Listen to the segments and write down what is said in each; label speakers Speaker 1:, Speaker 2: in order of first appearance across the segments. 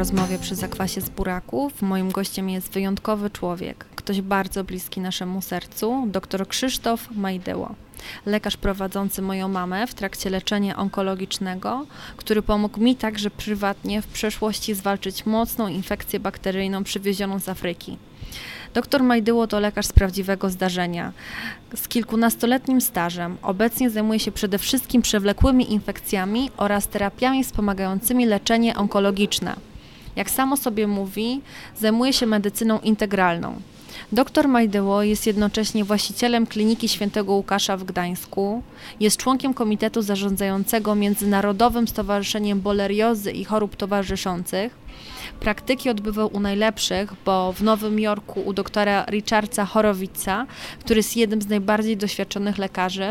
Speaker 1: rozmowie przy zakwasie z buraków. Moim gościem jest wyjątkowy człowiek, ktoś bardzo bliski naszemu sercu, dr Krzysztof Majdyło. Lekarz prowadzący moją mamę w trakcie leczenia onkologicznego, który pomógł mi także prywatnie w przeszłości zwalczyć mocną infekcję bakteryjną przywiezioną z Afryki. Dr Majdyło to lekarz z prawdziwego zdarzenia. Z kilkunastoletnim stażem obecnie zajmuje się przede wszystkim przewlekłymi infekcjami oraz terapiami wspomagającymi leczenie onkologiczne. Jak samo sobie mówi, zajmuje się medycyną integralną. Dr Majdyło jest jednocześnie właścicielem Kliniki Świętego Łukasza w Gdańsku, jest członkiem komitetu zarządzającego Międzynarodowym Stowarzyszeniem Boleriozy i Chorób Towarzyszących. Praktyki odbywał u najlepszych, bo w Nowym Jorku u doktora Richarda Horowitza, który jest jednym z najbardziej doświadczonych lekarzy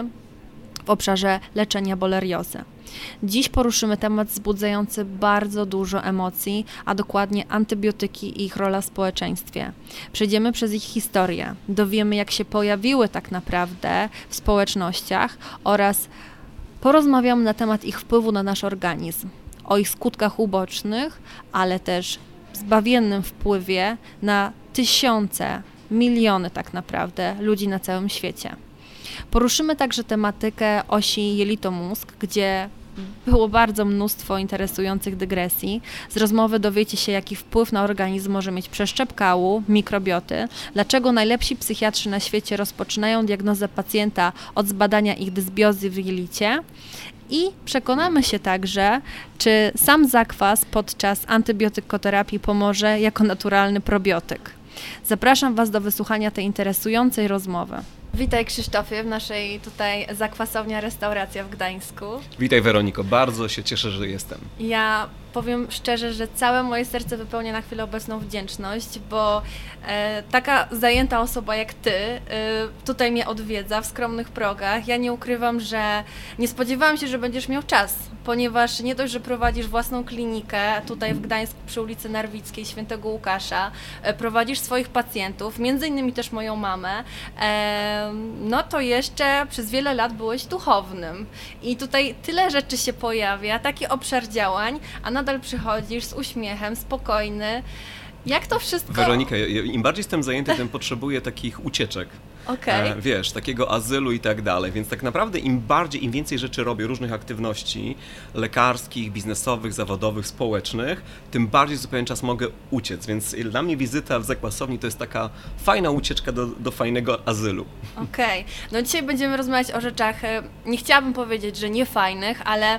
Speaker 1: w obszarze leczenia boleriozy. Dziś poruszymy temat wzbudzający bardzo dużo emocji, a dokładnie antybiotyki i ich rola w społeczeństwie. Przejdziemy przez ich historię, dowiemy jak się pojawiły tak naprawdę w społecznościach oraz porozmawiamy na temat ich wpływu na nasz organizm, o ich skutkach ubocznych, ale też zbawiennym wpływie na tysiące, miliony tak naprawdę ludzi na całym świecie. Poruszymy także tematykę osi jelito-mózg, gdzie było bardzo mnóstwo interesujących dygresji. Z rozmowy dowiecie się, jaki wpływ na organizm może mieć przeszczep kału, mikrobioty, dlaczego najlepsi psychiatrzy na świecie rozpoczynają diagnozę pacjenta od zbadania ich dysbiozy w jelicie. I przekonamy się także, czy sam zakwas podczas antybiotykoterapii pomoże jako naturalny probiotyk. Zapraszam Was do wysłuchania tej interesującej rozmowy. Witaj Krzysztofie w naszej tutaj zakwasownia restauracja w Gdańsku.
Speaker 2: Witaj Weroniko, bardzo się cieszę, że jestem.
Speaker 1: Ja powiem szczerze, że całe moje serce wypełnia na chwilę obecną wdzięczność, bo taka zajęta osoba jak Ty tutaj mnie odwiedza w skromnych progach. Ja nie ukrywam, że nie spodziewałam się, że będziesz miał czas, ponieważ nie dość, że prowadzisz własną klinikę tutaj w Gdańsku przy ulicy Narwickiej Świętego Łukasza, prowadzisz swoich pacjentów, między innymi też moją mamę, no to jeszcze przez wiele lat byłeś duchownym i tutaj tyle rzeczy się pojawia, taki obszar działań, a nadal przychodzisz z uśmiechem, spokojny. Jak to wszystko...
Speaker 2: Weronika, im bardziej jestem zajęty, tym potrzebuję takich ucieczek.
Speaker 1: Okay.
Speaker 2: Wiesz, takiego azylu i tak dalej, więc tak naprawdę im więcej rzeczy robię, różnych aktywności lekarskich, biznesowych, zawodowych, społecznych, tym bardziej co pewien czas mogę uciec, więc dla mnie wizyta w zakwasowni to jest taka fajna ucieczka do fajnego azylu.
Speaker 1: Okej. No dzisiaj będziemy rozmawiać o rzeczach, nie chciałabym powiedzieć, że nie fajnych, ale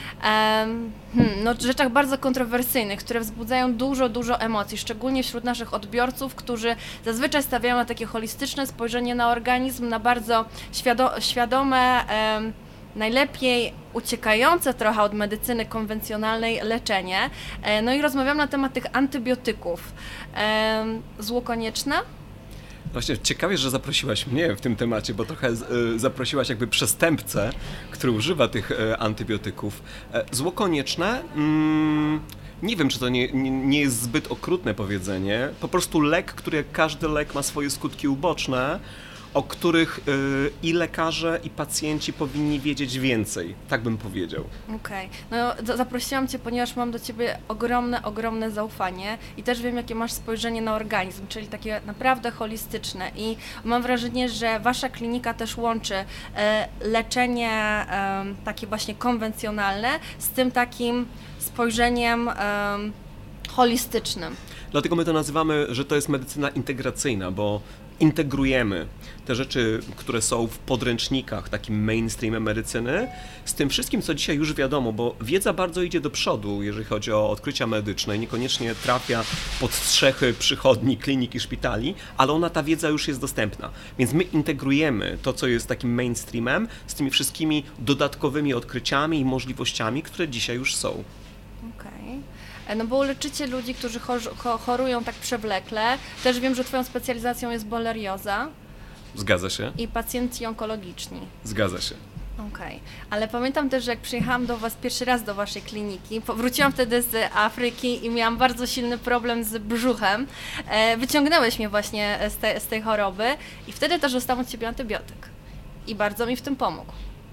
Speaker 1: rzeczach bardzo kontrowersyjnych, które wzbudzają dużo emocji, szczególnie wśród naszych odbiorców, którzy zazwyczaj stawiają na takie holistyczne spojrzenie na organizm, na bardzo świadome, najlepiej uciekające trochę od medycyny konwencjonalnej leczenie. No i rozmawiam na temat tych antybiotyków. Zło konieczne?
Speaker 2: Właśnie ciekawie, że zaprosiłaś mnie w tym temacie, bo trochę zaprosiłaś jakby przestępcę, który używa tych antybiotyków. Zło konieczne? Nie wiem, czy to nie jest zbyt okrutne powiedzenie. Po prostu lek, który jak każdy lek ma swoje skutki uboczne, o których i lekarze, i pacjenci powinni wiedzieć więcej, tak bym powiedział.
Speaker 1: Okej. No zaprosiłam Cię, ponieważ mam do Ciebie ogromne zaufanie i też wiem, jakie masz spojrzenie na organizm, czyli takie naprawdę holistyczne i mam wrażenie, że Wasza klinika też łączy leczenie takie właśnie konwencjonalne z tym takim spojrzeniem holistycznym.
Speaker 2: Dlatego my to nazywamy, że to jest medycyna integracyjna, bo integrujemy te rzeczy, które są w podręcznikach, takim mainstreamem medycyny, z tym wszystkim, co dzisiaj już wiadomo, bo wiedza bardzo idzie do przodu, jeżeli chodzi o odkrycia medyczne, niekoniecznie trafia pod strzechy przychodni, klinik i szpitali, ale ta wiedza już jest dostępna. Więc my integrujemy to, co jest takim mainstreamem, z tymi wszystkimi dodatkowymi odkryciami i możliwościami, które dzisiaj już są.
Speaker 1: Okej. No bo leczycie ludzi, którzy chorują tak przewlekle. Też wiem, że Twoją specjalizacją jest bolerioza.
Speaker 2: Zgadza się.
Speaker 1: I pacjenci onkologiczni.
Speaker 2: Zgadza się.
Speaker 1: Okej. Ale pamiętam też, że jak przyjechałam do Was pierwszy raz do Waszej kliniki, wróciłam wtedy z Afryki i miałam bardzo silny problem z brzuchem. Wyciągnęłeś mnie właśnie z tej choroby i wtedy też dostałam od Ciebie antybiotyk. I bardzo mi w tym pomógł.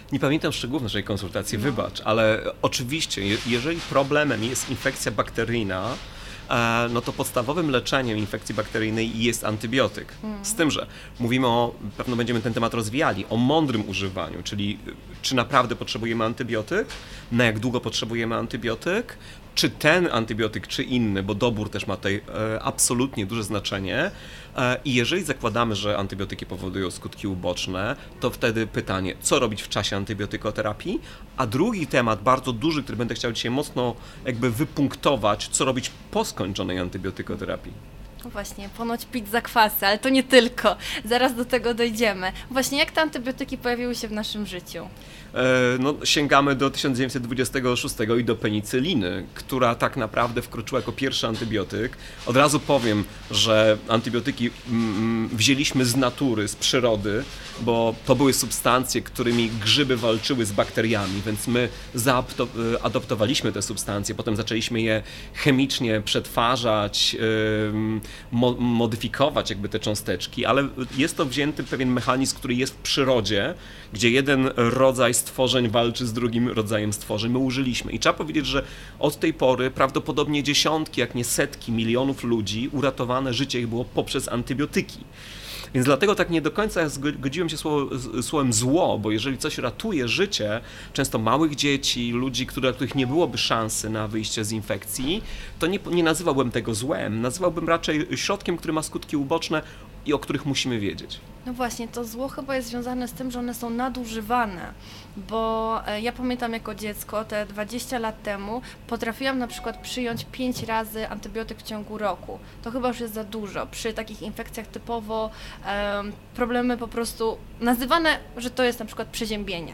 Speaker 2: Nie pamiętam szczegółów naszej konsultacji, wybacz, ale oczywiście, jeżeli problemem jest infekcja bakteryjna, no to podstawowym leczeniem infekcji bakteryjnej jest antybiotyk. Z tym, że mówimy pewno będziemy ten temat rozwijali, o mądrym używaniu, czyli czy naprawdę potrzebujemy antybiotyk, na jak długo potrzebujemy antybiotyk, czy ten antybiotyk, czy inny, bo dobór też ma tutaj absolutnie duże znaczenie. I jeżeli zakładamy, że antybiotyki powodują skutki uboczne, to wtedy pytanie, co robić w czasie antybiotykoterapii? A drugi temat, bardzo duży, który będę chciał dzisiaj mocno jakby wypunktować, co robić po skończonej antybiotykoterapii.
Speaker 1: No właśnie, ponoć pić zakwasy, ale to nie tylko. Zaraz do tego dojdziemy. Właśnie jak te antybiotyki pojawiły się w naszym życiu?
Speaker 2: No, sięgamy do 1926 i do penicyliny, która tak naprawdę wkroczyła jako pierwszy antybiotyk. Od razu powiem, że antybiotyki wzięliśmy z natury, z przyrody, bo to były substancje, którymi grzyby walczyły z bakteriami, więc my adoptowaliśmy te substancje, potem zaczęliśmy je chemicznie przetwarzać, modyfikować jakby te cząsteczki, ale jest to wzięty pewien mechanizm, który jest w przyrodzie, gdzie jeden rodzaj stworzeń walczy z drugim rodzajem stworzeń. My użyliśmy. I trzeba powiedzieć, że od tej pory prawdopodobnie dziesiątki, jak nie setki milionów ludzi uratowane życie ich było poprzez antybiotyki. Więc dlatego tak nie do końca zgodziłem się słowem zło, bo jeżeli coś ratuje życie, często małych dzieci, ludzi, których nie byłoby szansy na wyjście z infekcji, to nie nazywałbym tego złem, nazywałbym raczej środkiem, który ma skutki uboczne i o których musimy wiedzieć.
Speaker 1: No właśnie, to zło chyba jest związane z tym, że one są nadużywane, bo ja pamiętam jako dziecko, te 20 lat temu, potrafiłam na przykład przyjąć 5 razy antybiotyk w ciągu roku. To chyba już jest za dużo. Przy takich infekcjach typowo problemy po prostu nazywane, że to jest na przykład przeziębienie.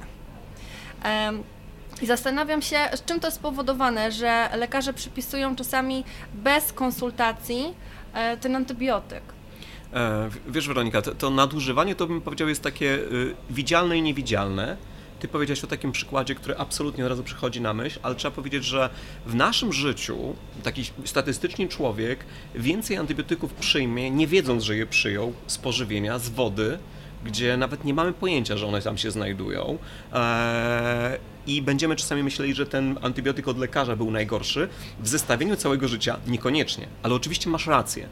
Speaker 1: I zastanawiam się, z czym to jest spowodowane, że lekarze przypisują czasami bez konsultacji ten antybiotyk.
Speaker 2: Wiesz, Weronika, to nadużywanie to bym powiedział jest takie widzialne i niewidzialne. Ty powiedziałeś o takim przykładzie, który absolutnie od razu przychodzi na myśl, ale trzeba powiedzieć, że w naszym życiu taki statystycznie człowiek więcej antybiotyków przyjmie, nie wiedząc, że je przyjął, z pożywienia, z wody, gdzie nawet nie mamy pojęcia, że one tam się znajdują. I będziemy czasami myśleli, że ten antybiotyk od lekarza był najgorszy. W zestawieniu całego życia niekoniecznie, ale oczywiście masz rację.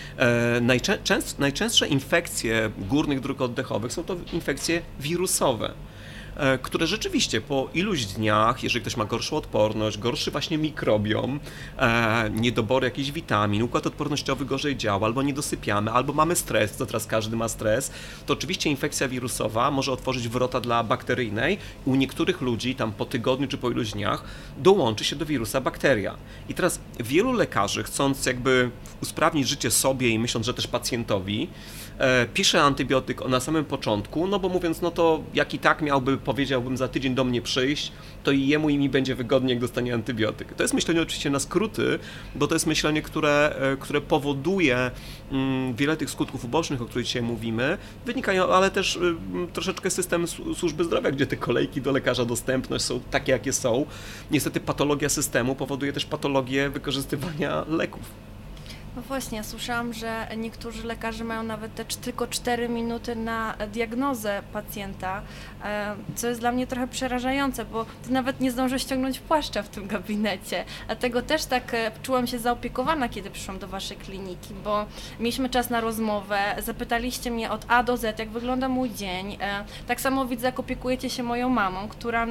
Speaker 2: Najczęstsze infekcje górnych dróg oddechowych są to infekcje wirusowe, które rzeczywiście po iluś dniach, jeżeli ktoś ma gorszą odporność, gorszy właśnie mikrobiom, niedobory jakichś witamin, układ odpornościowy gorzej działa, albo nie dosypiamy, albo mamy stres, co teraz każdy ma stres, to oczywiście infekcja wirusowa może otworzyć wrota dla bakteryjnej. U niektórych ludzi tam po tygodniu czy po iluś dniach dołączy się do wirusa bakteria. I teraz wielu lekarzy, chcąc jakby usprawnić życie sobie i myśląc, że też pacjentowi, pisze antybiotyk na samym początku, no bo mówiąc, no to jak i tak powiedziałbym za tydzień do mnie przyjść, to i jemu i mi będzie wygodnie, jak dostanie antybiotyk. To jest myślenie oczywiście na skróty, bo to jest myślenie, które powoduje wiele tych skutków ubocznych, o których dzisiaj mówimy, wynikają, ale też troszeczkę system służby zdrowia, gdzie te kolejki do lekarza, dostępność są takie, jakie są. Niestety patologia systemu powoduje też patologię wykorzystywania leków.
Speaker 1: No właśnie, ja słyszałam, że niektórzy lekarze mają nawet tylko 4 minuty na diagnozę pacjenta, co jest dla mnie trochę przerażające, bo ty nawet nie zdążysz ściągnąć płaszcza w tym gabinecie. Dlatego też tak czułam się zaopiekowana, kiedy przyszłam do waszej kliniki, bo mieliśmy czas na rozmowę, zapytaliście mnie od A do Z, jak wygląda mój dzień. Tak samo widzę, jak opiekujecie się moją mamą, która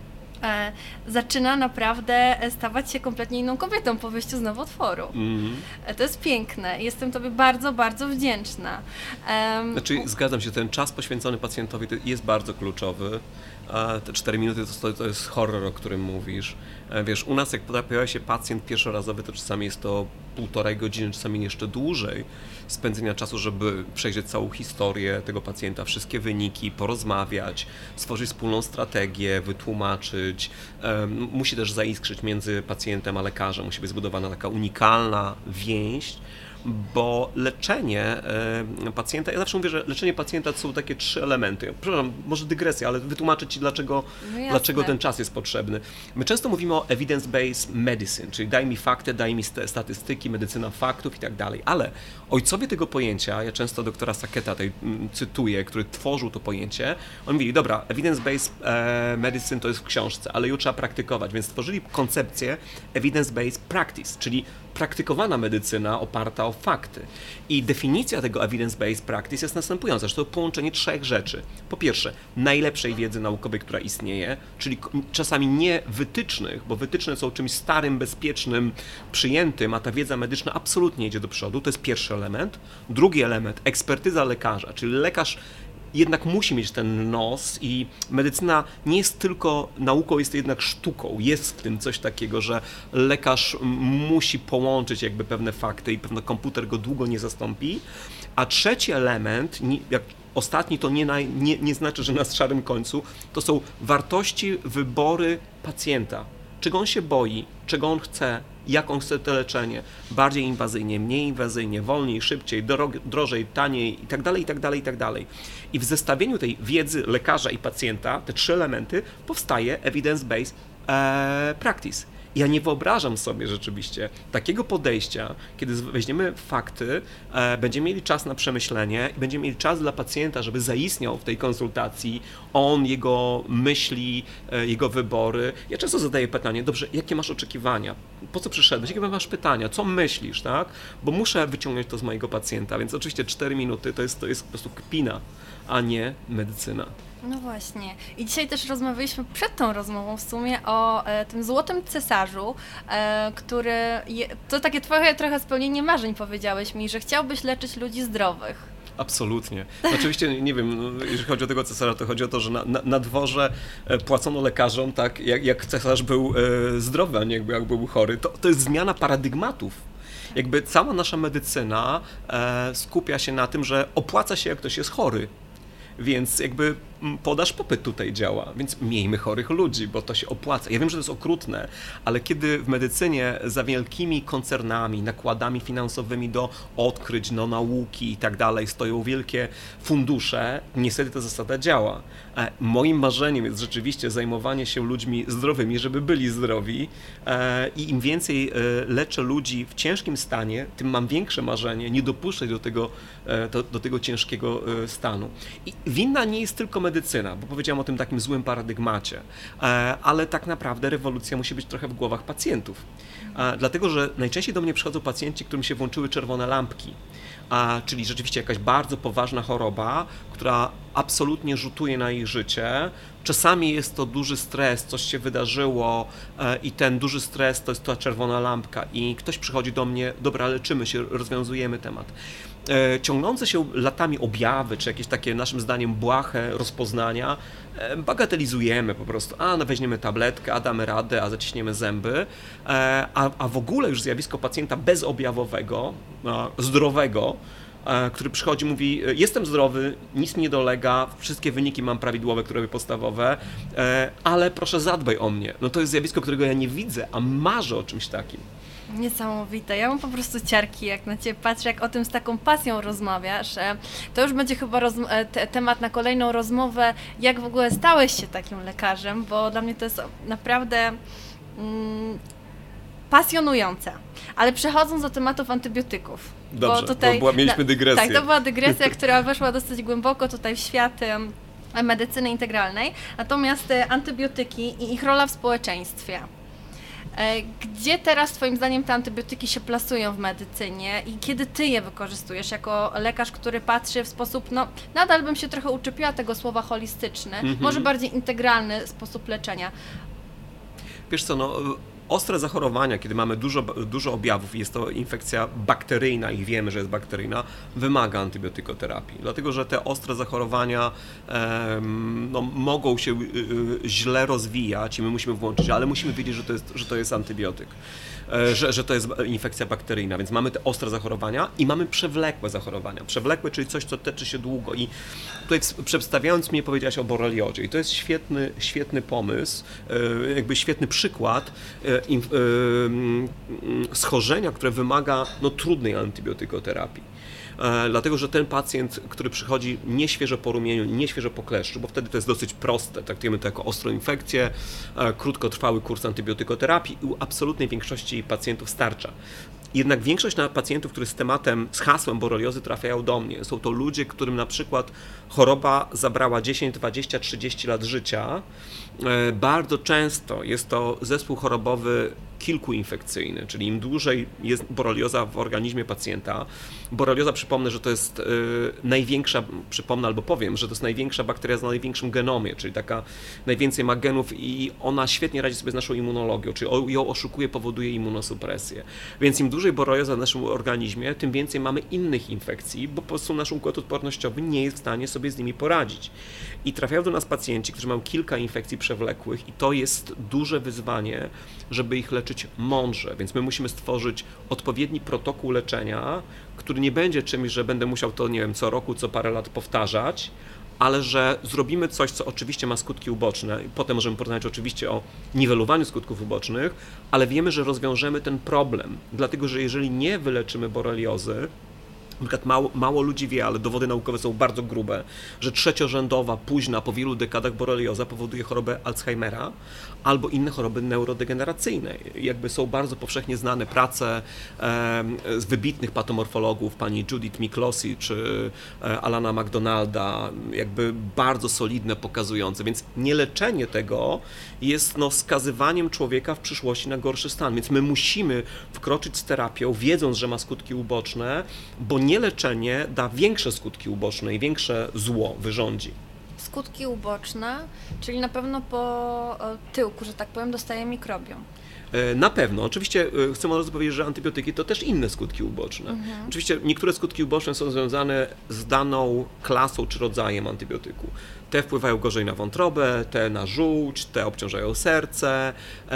Speaker 1: zaczyna naprawdę stawać się kompletnie inną kobietą po wyjściu z nowotworu. To jest piękne. Jestem tobie bardzo, bardzo wdzięczna.
Speaker 2: Znaczy, zgadzam się, ten czas poświęcony pacjentowi jest bardzo kluczowy. Te 4 minuty to jest horror, o którym mówisz. Wiesz, u nas jak pojawia się pacjent pierwszorazowy, to czasami jest to 1,5 godziny, czasami jeszcze dłużej spędzenia czasu, żeby przejrzeć całą historię tego pacjenta, wszystkie wyniki, porozmawiać, stworzyć wspólną strategię, wytłumaczyć. Musi też zaiskrzyć między pacjentem a lekarzem, musi być zbudowana taka unikalna więź. bo leczenie pacjenta, ja zawsze mówię, że leczenie pacjenta to są takie 3 elementy. Przepraszam, może dygresja, ale wytłumaczę Ci, dlaczego ten czas jest potrzebny. My często mówimy o evidence-based medicine, czyli daj mi fakty, daj mi statystyki, medycyna faktów i tak dalej, ale ojcowie tego pojęcia, ja często doktora Sacketa tutaj cytuję, który tworzył to pojęcie, on mówi, dobra, evidence-based medicine to jest w książce, ale ją trzeba praktykować, więc stworzyli koncepcję evidence-based practice, czyli praktykowana medycyna oparta o fakty. I definicja tego evidence-based practice jest następująca, że to połączenie 3 rzeczy. Po pierwsze, najlepszej wiedzy naukowej, która istnieje, czyli czasami nie wytycznych, bo wytyczne są czymś starym, bezpiecznym, przyjętym, a ta wiedza medyczna absolutnie idzie do przodu. To jest pierwszy element. Drugi element, ekspertyza lekarza, czyli lekarz jednak musi mieć ten nos i medycyna nie jest tylko nauką, jest jednak sztuką. Jest w tym coś takiego, że lekarz musi połączyć jakby pewne fakty i pewno komputer go długo nie zastąpi. A trzeci element, jak ostatni to nie znaczy, że na szarym końcu, to są wartości, wybory pacjenta. Czego on się boi, czego on chce, jak on chce to leczenie, bardziej inwazyjnie, mniej inwazyjnie, wolniej, szybciej, drożej, taniej itd., itd., itd. I w zestawieniu tej wiedzy lekarza i pacjenta, te 3 elementy, powstaje evidence-based practice. Ja nie wyobrażam sobie rzeczywiście takiego podejścia, kiedy weźmiemy fakty, będziemy mieli czas na przemyślenie i będziemy mieli czas dla pacjenta, żeby zaistniał w tej konsultacji, on, jego myśli, jego wybory. Ja często zadaję pytanie, dobrze, jakie masz oczekiwania? Po co przyszedłeś? Jakie masz pytania? Co myślisz, tak? Bo muszę wyciągnąć to z mojego pacjenta, więc oczywiście 4 minuty to jest po prostu kpina, a nie medycyna.
Speaker 1: No właśnie. I dzisiaj też rozmawialiśmy przed tą rozmową w sumie o tym złotym cesarzu, który, to takie twoje trochę spełnienie marzeń, powiedziałeś mi, że chciałbyś leczyć ludzi zdrowych.
Speaker 2: Absolutnie. Oczywiście, nie wiem, jeżeli chodzi o tego cesarza, to chodzi o to, że na dworze płacono lekarzom, tak, jak cesarz był zdrowy, a nie jak był chory. To jest zmiana paradygmatów. Jakby cała nasza medycyna skupia się na tym, że opłaca się, jak ktoś jest chory. Więc jakby podaż popyt tutaj działa, więc miejmy chorych ludzi, bo to się opłaca. Ja wiem, że to jest okrutne, ale kiedy w medycynie za wielkimi koncernami, nakładami finansowymi do odkryć, do nauki i tak dalej stoją wielkie fundusze, niestety ta zasada działa. Moim marzeniem jest rzeczywiście zajmowanie się ludźmi zdrowymi, żeby byli zdrowi i im więcej leczę ludzi w ciężkim stanie, tym mam większe marzenie nie dopuszczać do tego ciężkiego stanu. I winna nie jest tylko medycyna, bo powiedziałem o tym takim złym paradygmacie, ale tak naprawdę rewolucja musi być trochę w głowach pacjentów. Dlatego, że najczęściej do mnie przychodzą pacjenci, którym się włączyły czerwone lampki, czyli rzeczywiście jakaś bardzo poważna choroba, która absolutnie rzutuje na ich życie. Czasami jest to duży stres, coś się wydarzyło i ten duży stres to jest ta czerwona lampka i ktoś przychodzi do mnie, dobra, leczymy się, rozwiązujemy temat. Ciągnące się latami objawy, czy jakieś takie naszym zdaniem błahe rozpoznania, bagatelizujemy po prostu, no weźmiemy tabletkę, a damy radę, a zaciśniemy zęby, a w ogóle już zjawisko pacjenta bezobjawowego, zdrowego, który przychodzi, mówi, jestem zdrowy, nic mi nie dolega, wszystkie wyniki mam prawidłowe, które podstawowe, ale proszę zadbaj o mnie. No to jest zjawisko, którego ja nie widzę, a marzę o czymś takim.
Speaker 1: Niesamowite. Ja mam po prostu ciarki, jak na Ciebie patrzę, jak o tym z taką pasją rozmawiasz. To już będzie chyba temat na kolejną rozmowę, jak w ogóle stałeś się takim lekarzem, bo dla mnie to jest naprawdę pasjonujące. Ale przechodząc do tematów antybiotyków.
Speaker 2: Dobrze, bo tutaj, mieliśmy dygresję.
Speaker 1: Tak, to była dygresja, która weszła dosyć głęboko tutaj w świat medycyny integralnej. Natomiast antybiotyki i ich rola w społeczeństwie. Gdzie teraz Twoim zdaniem te antybiotyki się plasują w medycynie i kiedy Ty je wykorzystujesz jako lekarz, który patrzy w sposób, nadal bym się trochę uczepiła tego słowa holistyczny, może bardziej integralny sposób leczenia?
Speaker 2: Wiesz co, ostre zachorowania, kiedy mamy dużo objawów i jest to infekcja bakteryjna i wiemy, że jest bakteryjna, wymaga antybiotykoterapii. Dlatego, że te ostre zachorowania mogą się źle rozwijać i my musimy włączyć, ale musimy wiedzieć, że to jest antybiotyk, że to jest infekcja bakteryjna, więc mamy te ostre zachorowania i mamy przewlekłe zachorowania. Przewlekłe, czyli coś, co teczy się długo i tutaj przedstawiając mnie powiedziałaś o boreliozie i to jest świetny pomysł, jakby świetny przykład, schorzenia, które wymaga trudnej antybiotykoterapii. Dlatego, że ten pacjent, który przychodzi nieświeżo po rumieniu, nieświeżo po kleszczu, bo wtedy to jest dosyć proste, traktujemy to jako ostrą infekcję, krótkotrwały kurs antybiotykoterapii i u absolutnej większości pacjentów starcza. Jednak większość pacjentów, którzy z hasłem boreliozy trafiają do mnie, są to ludzie, którym na przykład choroba zabrała 10, 20, 30 lat życia. Bardzo często jest to zespół chorobowy kilkuinfekcyjny, czyli im dłużej jest borelioza w organizmie pacjenta. Borelioza, przypomnę, że to jest powiem, że to jest największa bakteria z największym genomie, czyli taka najwięcej ma genów i ona świetnie radzi sobie z naszą immunologią, czyli ją oszukuje, powoduje immunosupresję. Więc im dłużej borelioza w naszym organizmie, tym więcej mamy innych infekcji, bo po prostu nasz układ odpornościowy nie jest w stanie sobie z nimi poradzić. I trafiają do nas pacjenci, którzy mają kilka infekcji przewlekłych i to jest duże wyzwanie, żeby ich leczyć mądrze, więc my musimy stworzyć odpowiedni protokół leczenia, który nie będzie czymś, że będę musiał to, co roku, co parę lat powtarzać, ale że zrobimy coś, co oczywiście ma skutki uboczne i potem możemy porozmawiać oczywiście o niwelowaniu skutków ubocznych, ale wiemy, że rozwiążemy ten problem, dlatego, że jeżeli nie wyleczymy boreliozy, na przykład mało ludzi wie, ale dowody naukowe są bardzo grube, że trzeciorzędowa, późna, po wielu dekadach borelioza powoduje chorobę Alzheimera albo inne choroby neurodegeneracyjne. Jakby są bardzo powszechnie znane prace z wybitnych patomorfologów, pani Judith Miklosi czy Alana McDonalda, jakby bardzo solidne, pokazujące, więc nieleczenie tego jest skazywaniem człowieka w przyszłości na gorszy stan, więc my musimy wkroczyć z terapią, wiedząc, że ma skutki uboczne, bo nieleczenie da większe skutki uboczne i większe zło wyrządzi.
Speaker 1: Skutki uboczne, czyli na pewno po tyłku, że tak powiem, dostaje mikrobiom.
Speaker 2: Na pewno. Oczywiście chcę od razu powiedzieć, że antybiotyki to też inne skutki uboczne. Oczywiście niektóre skutki uboczne są związane z daną klasą czy rodzajem antybiotyku. Te wpływają gorzej na wątrobę, te na żółć, te obciążają serce,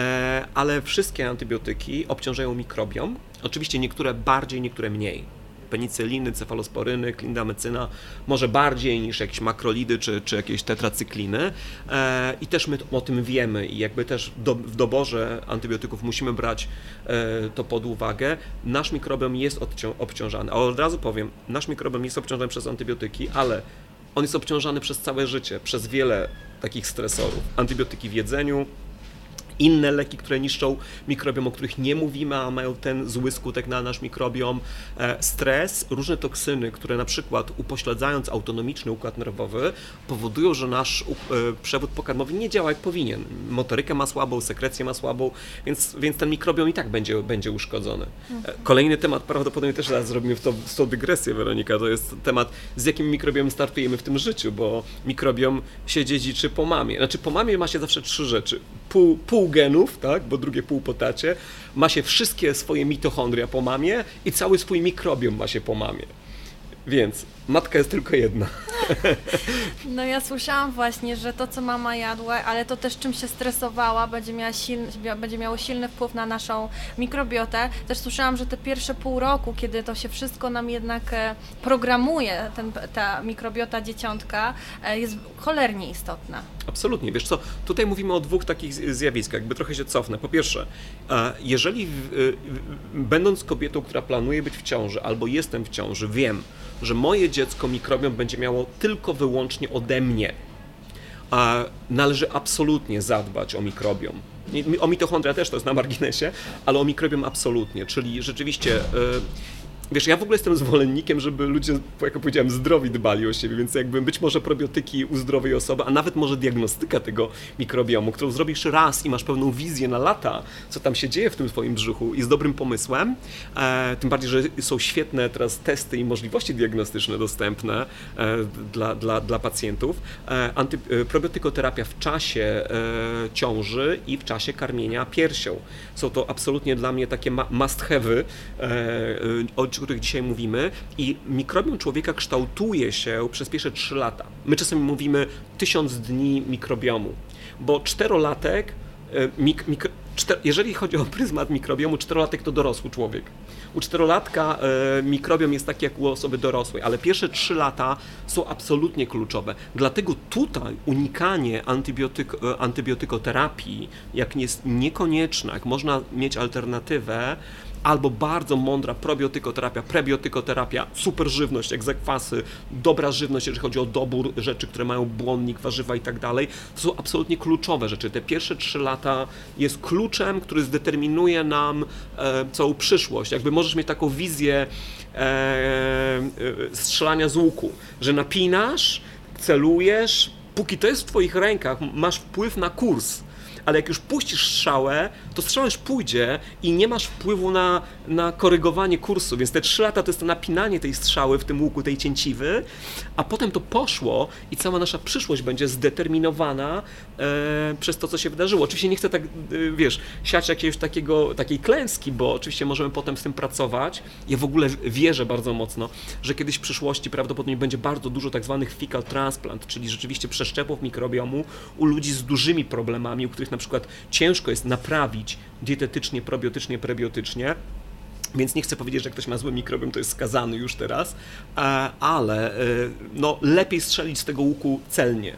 Speaker 2: ale wszystkie antybiotyki obciążają mikrobiom. Oczywiście niektóre bardziej, niektóre mniej. Penicyliny, cefalosporyny, klindamycyna może bardziej niż jakieś makrolidy czy jakieś tetracykliny i też my o tym wiemy i jakby też w doborze antybiotyków musimy brać to pod uwagę. Nasz mikrobiom jest obciążany, a od razu powiem, nasz mikrobiom jest obciążany przez antybiotyki, ale on jest obciążany przez całe życie, przez wiele takich stresorów. Antybiotyki w jedzeniu, inne leki, które niszczą mikrobiom, o których nie mówimy, a mają ten zły skutek na nasz mikrobiom, stres, różne toksyny, które na przykład upośledzając autonomiczny układ nerwowy powodują, że nasz przewód pokarmowy nie działa jak powinien. Motorykę ma słabą, sekrecję ma słabą, więc ten mikrobiom i tak będzie uszkodzony. Kolejny temat, prawdopodobnie też raz zrobimy w tą dygresję, Weronika, to jest temat, z jakim mikrobiomem startujemy w tym życiu, bo mikrobiom się dziedziczy po mamie. Znaczy po mamie ma się zawsze trzy rzeczy. Pół genów, tak, bo drugie pół po tacie, ma się wszystkie swoje mitochondria po mamie i cały swój mikrobiom ma się po mamie. Więc matka jest tylko jedna.
Speaker 1: No ja słyszałam właśnie, że to, co mama jadła, ale to też czym się stresowała, będzie miało silny wpływ na naszą mikrobiotę. Też słyszałam, że te pierwsze pół roku, kiedy to się wszystko nam jednak programuje, ta mikrobiota dzieciątka, jest cholernie istotna.
Speaker 2: Absolutnie. Wiesz co, tutaj mówimy o dwóch takich zjawiskach, jakby trochę się cofnę. Po pierwsze, jeżeli będąc kobietą, która planuje być w ciąży albo jestem w ciąży, wiem, że moje dziecko mikrobiom będzie miało tylko wyłącznie ode mnie, należy absolutnie zadbać o mikrobiom. O mitochondria też, to jest na marginesie, ale o mikrobiom absolutnie, czyli rzeczywiście... Wiesz, ja w ogóle jestem zwolennikiem, żeby ludzie, jak powiedziałem, zdrowi dbali o siebie, więc jakby być może probiotyki u zdrowej osoby, a nawet może diagnostyka tego mikrobiomu, którą zrobisz raz i masz pełną wizję na lata, co tam się dzieje w tym twoim brzuchu i z dobrym pomysłem, tym bardziej, że są świetne teraz testy i możliwości diagnostyczne dostępne dla pacjentów. Probiotykoterapia w czasie ciąży i w czasie karmienia piersią. Są to absolutnie dla mnie takie must have'y, o których dzisiaj mówimy i mikrobiom człowieka kształtuje się przez pierwsze 3 lata. My czasami mówimy 1000 dni mikrobiomu, bo 4-latek, jeżeli chodzi o pryzmat mikrobiomu, 4-latek to dorosły człowiek. U 4-latka mikrobiom jest taki jak u osoby dorosłej, ale pierwsze 3 lata są absolutnie kluczowe. Dlatego tutaj unikanie antybiotykoterapii, jak jest niekonieczna, jak można mieć alternatywę, albo bardzo mądra probiotykoterapia, prebiotykoterapia, super żywność, jak zakwasy, dobra żywność, jeżeli chodzi o dobór rzeczy, które mają błonnik, warzywa i tak dalej, to są absolutnie kluczowe rzeczy. Te pierwsze 3 lata jest kluczem, który zdeterminuje nam całą przyszłość. Jakby możesz mieć taką wizję strzelania z łuku, że napinasz, celujesz, póki to jest w twoich rękach, masz wpływ na kurs. Ale jak już puścisz strzałę, to strzała już pójdzie i nie masz wpływu na korygowanie kursu, więc te 3 lata to jest to napinanie tej strzały w tym łuku, tej cięciwy, a potem to poszło i cała nasza przyszłość będzie zdeterminowana przez to, co się wydarzyło. Oczywiście nie chcę tak, siać takiej klęski, bo oczywiście możemy potem z tym pracować. Ja w ogóle wierzę bardzo mocno, że kiedyś w przyszłości prawdopodobnie będzie bardzo dużo tak zwanych fecal transplant, czyli rzeczywiście przeszczepów mikrobiomu u ludzi z dużymi problemami, u których na przykład ciężko jest naprawić dietetycznie, probiotycznie, prebiotycznie, więc nie chcę powiedzieć, że jak ktoś ma zły mikrobiom, to jest skazany już teraz, ale lepiej strzelić z tego łuku celnie.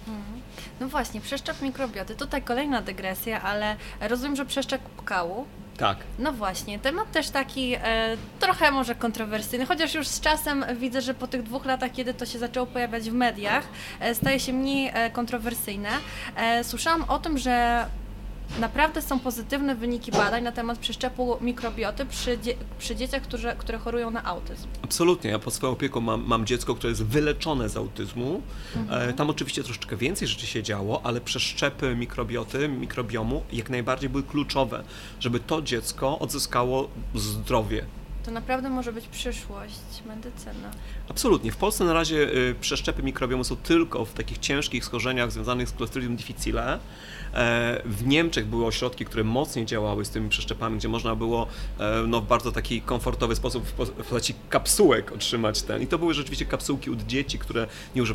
Speaker 1: No właśnie, przeszczep mikrobioty, tutaj kolejna dygresja, ale rozumiem, że przeszczep kału.
Speaker 2: Tak.
Speaker 1: No właśnie, temat też taki trochę może kontrowersyjny, chociaż już z czasem widzę, że po tych 2 latach, kiedy to się zaczęło pojawiać w mediach, staje się mniej kontrowersyjne. Słyszałam o tym, że naprawdę są pozytywne wyniki badań na temat przeszczepu mikrobioty przy dzieciach, które chorują na autyzm.
Speaker 2: Absolutnie. Ja pod swoją opieką mam dziecko, które jest wyleczone z autyzmu. Tam oczywiście troszeczkę więcej rzeczy się działo, ale przeszczepy mikrobiomu jak najbardziej były kluczowe, żeby to dziecko odzyskało zdrowie.
Speaker 1: To naprawdę może być przyszłość medycyny.
Speaker 2: Absolutnie. W Polsce na razie przeszczepy mikrobiomu są tylko w takich ciężkich schorzeniach związanych z Clostridium difficile. W Niemczech były ośrodki, które mocniej działały z tymi przeszczepami, gdzie można było w bardzo taki komfortowy sposób w postaci kapsułek otrzymać ten. I to były rzeczywiście kapsułki od dzieci, które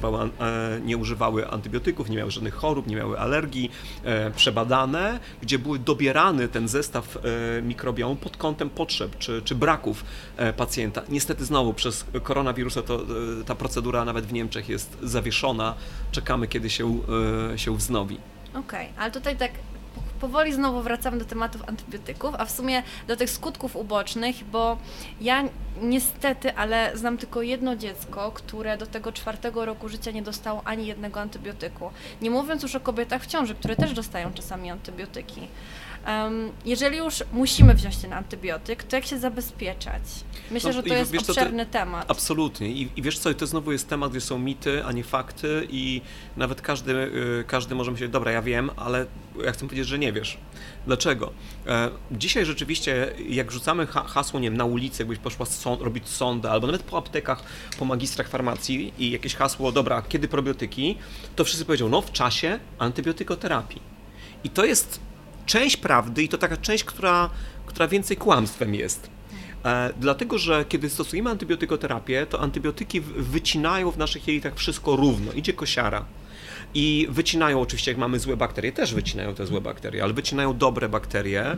Speaker 2: nie używały antybiotyków, nie miały żadnych chorób, nie miały alergii, przebadane, gdzie były dobierany ten zestaw mikrobiomu pod kątem potrzeb czy braków pacjenta. Niestety znowu przez koronawirusa ta procedura nawet w Niemczech jest zawieszona. Czekamy, kiedy się wznowi.
Speaker 1: Okej, ale tutaj tak powoli znowu wracamy do tematów antybiotyków, a w sumie do tych skutków ubocznych, bo ja niestety, ale znam tylko jedno dziecko, które do tego 4. roku życia nie dostało ani jednego antybiotyku. Nie mówiąc już o kobietach w ciąży, które też dostają czasami antybiotyki. Jeżeli już musimy wziąć ten antybiotyk, to jak się zabezpieczać? Myślę, że to jest obszerny temat.
Speaker 2: Absolutnie. I wiesz co, to znowu jest temat, gdzie są mity, a nie fakty i nawet każdy może myśleć, dobra, ja wiem, ale ja chcę powiedzieć, że nie wiesz. Dlaczego? Dzisiaj rzeczywiście, jak rzucamy hasło, nie wiem, na ulicy, jakbyś poszła robić sondę, albo nawet po aptekach, po magistrach farmacji i jakieś hasło, dobra, kiedy probiotyki, to wszyscy powiedzą, no w czasie antybiotykoterapii. I to jest część prawdy i to taka część, która więcej kłamstwem jest. Dlatego, że kiedy stosujemy antybiotykoterapię, to antybiotyki wycinają w naszych jelitach wszystko równo, idzie kosiara. I wycinają oczywiście, jak mamy złe bakterie, też wycinają te złe bakterie, ale wycinają dobre bakterie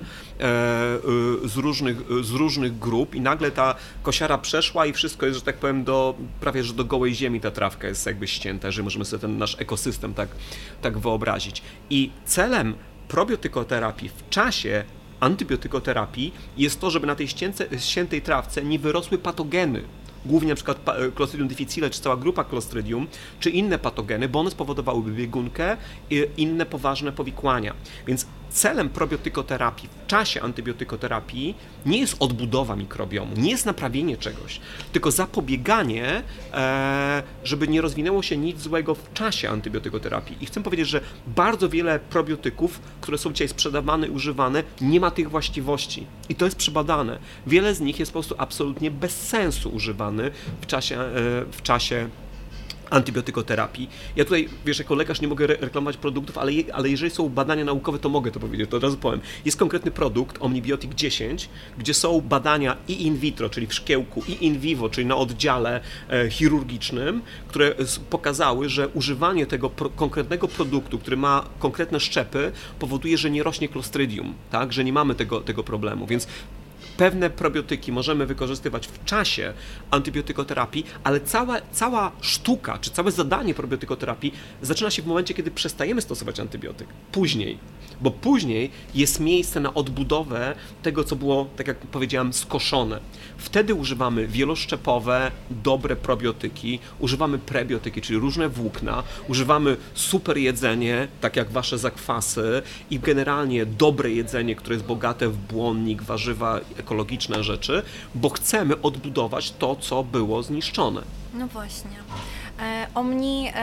Speaker 2: z różnych grup i nagle ta kosiara przeszła i wszystko jest, że tak powiem, prawie że do gołej ziemi ta trawka jest jakby ścięta, że możemy sobie ten nasz ekosystem tak wyobrazić. I celem probiotykoterapii w czasie antybiotykoterapii jest to, żeby na tej ściętej trawce nie wyrosły patogeny, głównie na przykład Clostridium difficile, czy cała grupa Clostridium, czy inne patogeny, bo one spowodowałyby biegunkę i inne poważne powikłania. Więc celem probiotykoterapii w czasie antybiotykoterapii nie jest odbudowa mikrobiomu, nie jest naprawienie czegoś, tylko zapobieganie, żeby nie rozwinęło się nic złego w czasie antybiotykoterapii. I chcę powiedzieć, że bardzo wiele probiotyków, które są dzisiaj sprzedawane i używane, nie ma tych właściwości. I to jest przebadane. Wiele z nich jest po prostu absolutnie bez sensu używany w czasie antybiotykoterapii. Ja tutaj, wiesz, jako lekarz nie mogę reklamować produktów, ale jeżeli są badania naukowe, to mogę to powiedzieć, to od razu powiem. Jest konkretny produkt, Omnibiotic 10, gdzie są badania i in vitro, czyli w szkiełku, i in vivo, czyli na oddziale chirurgicznym, które pokazały, że używanie tego konkretnego produktu, który ma konkretne szczepy, powoduje, że nie rośnie Clostridium, tak? Że nie mamy tego problemu, więc pewne probiotyki możemy wykorzystywać w czasie antybiotykoterapii, ale cała sztuka, czy całe zadanie probiotykoterapii zaczyna się w momencie, kiedy przestajemy stosować antybiotyk. Później. Bo później jest miejsce na odbudowę tego, co było, tak jak powiedziałem, skoszone. Wtedy używamy wieloszczepowe, dobre probiotyki, używamy prebiotyki, czyli różne włókna, używamy super jedzenie, tak jak wasze zakwasy i generalnie dobre jedzenie, które jest bogate w błonnik, warzywa, ekologiczne rzeczy, bo chcemy odbudować to, co było zniszczone.
Speaker 1: No właśnie. Omni,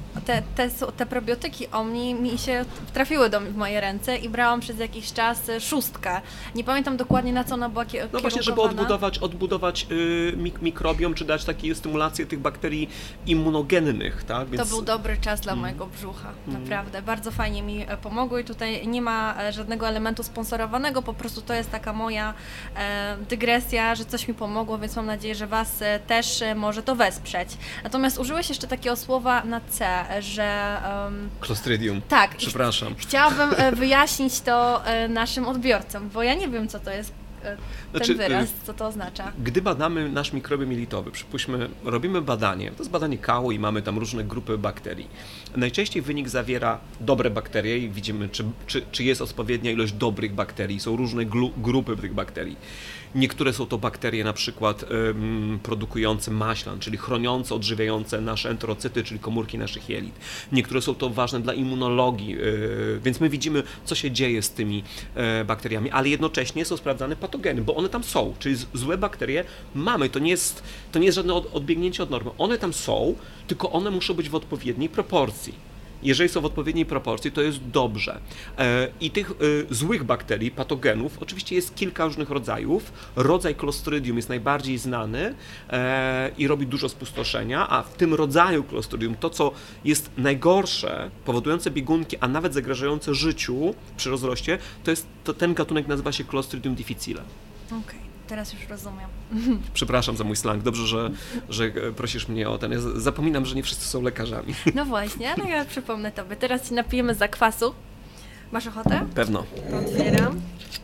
Speaker 1: te probiotyki Omni mi się trafiły w moje ręce i brałam przez jakiś czas 6. Nie pamiętam dokładnie, na co ona była kierunkowana.
Speaker 2: No właśnie, żeby odbudować mikrobiom, czy dać takie stymulacje tych bakterii immunogennych, tak? Więc...
Speaker 1: To był dobry czas dla mojego brzucha, naprawdę. Bardzo fajnie mi pomogło i tutaj nie ma żadnego elementu sponsorowanego, po prostu to jest taka moja dygresja, że coś mi pomogło, więc mam nadzieję, że Was też może to wesprzeć. Natomiast użyłeś jeszcze takiego słowa na C, że...
Speaker 2: Clostridium.
Speaker 1: Tak.
Speaker 2: Przepraszam.
Speaker 1: Chciałabym wyjaśnić to naszym odbiorcom, bo ja nie wiem, co to jest ten wyraz, co to oznacza.
Speaker 2: Gdy badamy nasz mikrobiom jelitowy, przypuśćmy, robimy badanie, to jest badanie kału i mamy tam różne grupy bakterii. Najczęściej wynik zawiera dobre bakterie i widzimy, czy jest odpowiednia ilość dobrych bakterii. Są różne grupy tych bakterii. Niektóre są to bakterie na przykład produkujące maślan, czyli chroniące, odżywiające nasze enterocyty, czyli komórki naszych jelit. Niektóre są to ważne dla immunologii, więc my widzimy, co się dzieje z tymi bakteriami, ale jednocześnie są sprawdzane patogeny, bo one tam są, czyli złe bakterie mamy, to nie jest żadne odbiegnięcie od normy. One tam są, tylko one muszą być w odpowiedniej proporcji. Jeżeli są w odpowiedniej proporcji, to jest dobrze. I tych złych bakterii, patogenów, oczywiście jest kilka różnych rodzajów. Rodzaj Clostridium jest najbardziej znany i robi dużo spustoszenia, a w tym rodzaju Clostridium to, co jest najgorsze, powodujące biegunki, a nawet zagrażające życiu przy rozroście, to ten gatunek nazywa się Clostridium difficile.
Speaker 1: Okej. Teraz już rozumiem.
Speaker 2: Przepraszam za mój slang. Dobrze, że prosisz mnie o ten. Ja zapominam, że nie wszyscy są lekarzami.
Speaker 1: No właśnie, ale ja przypomnę tobie. Teraz się napijemy zakwasu. Masz ochotę?
Speaker 2: Pewno.
Speaker 1: Otwieram.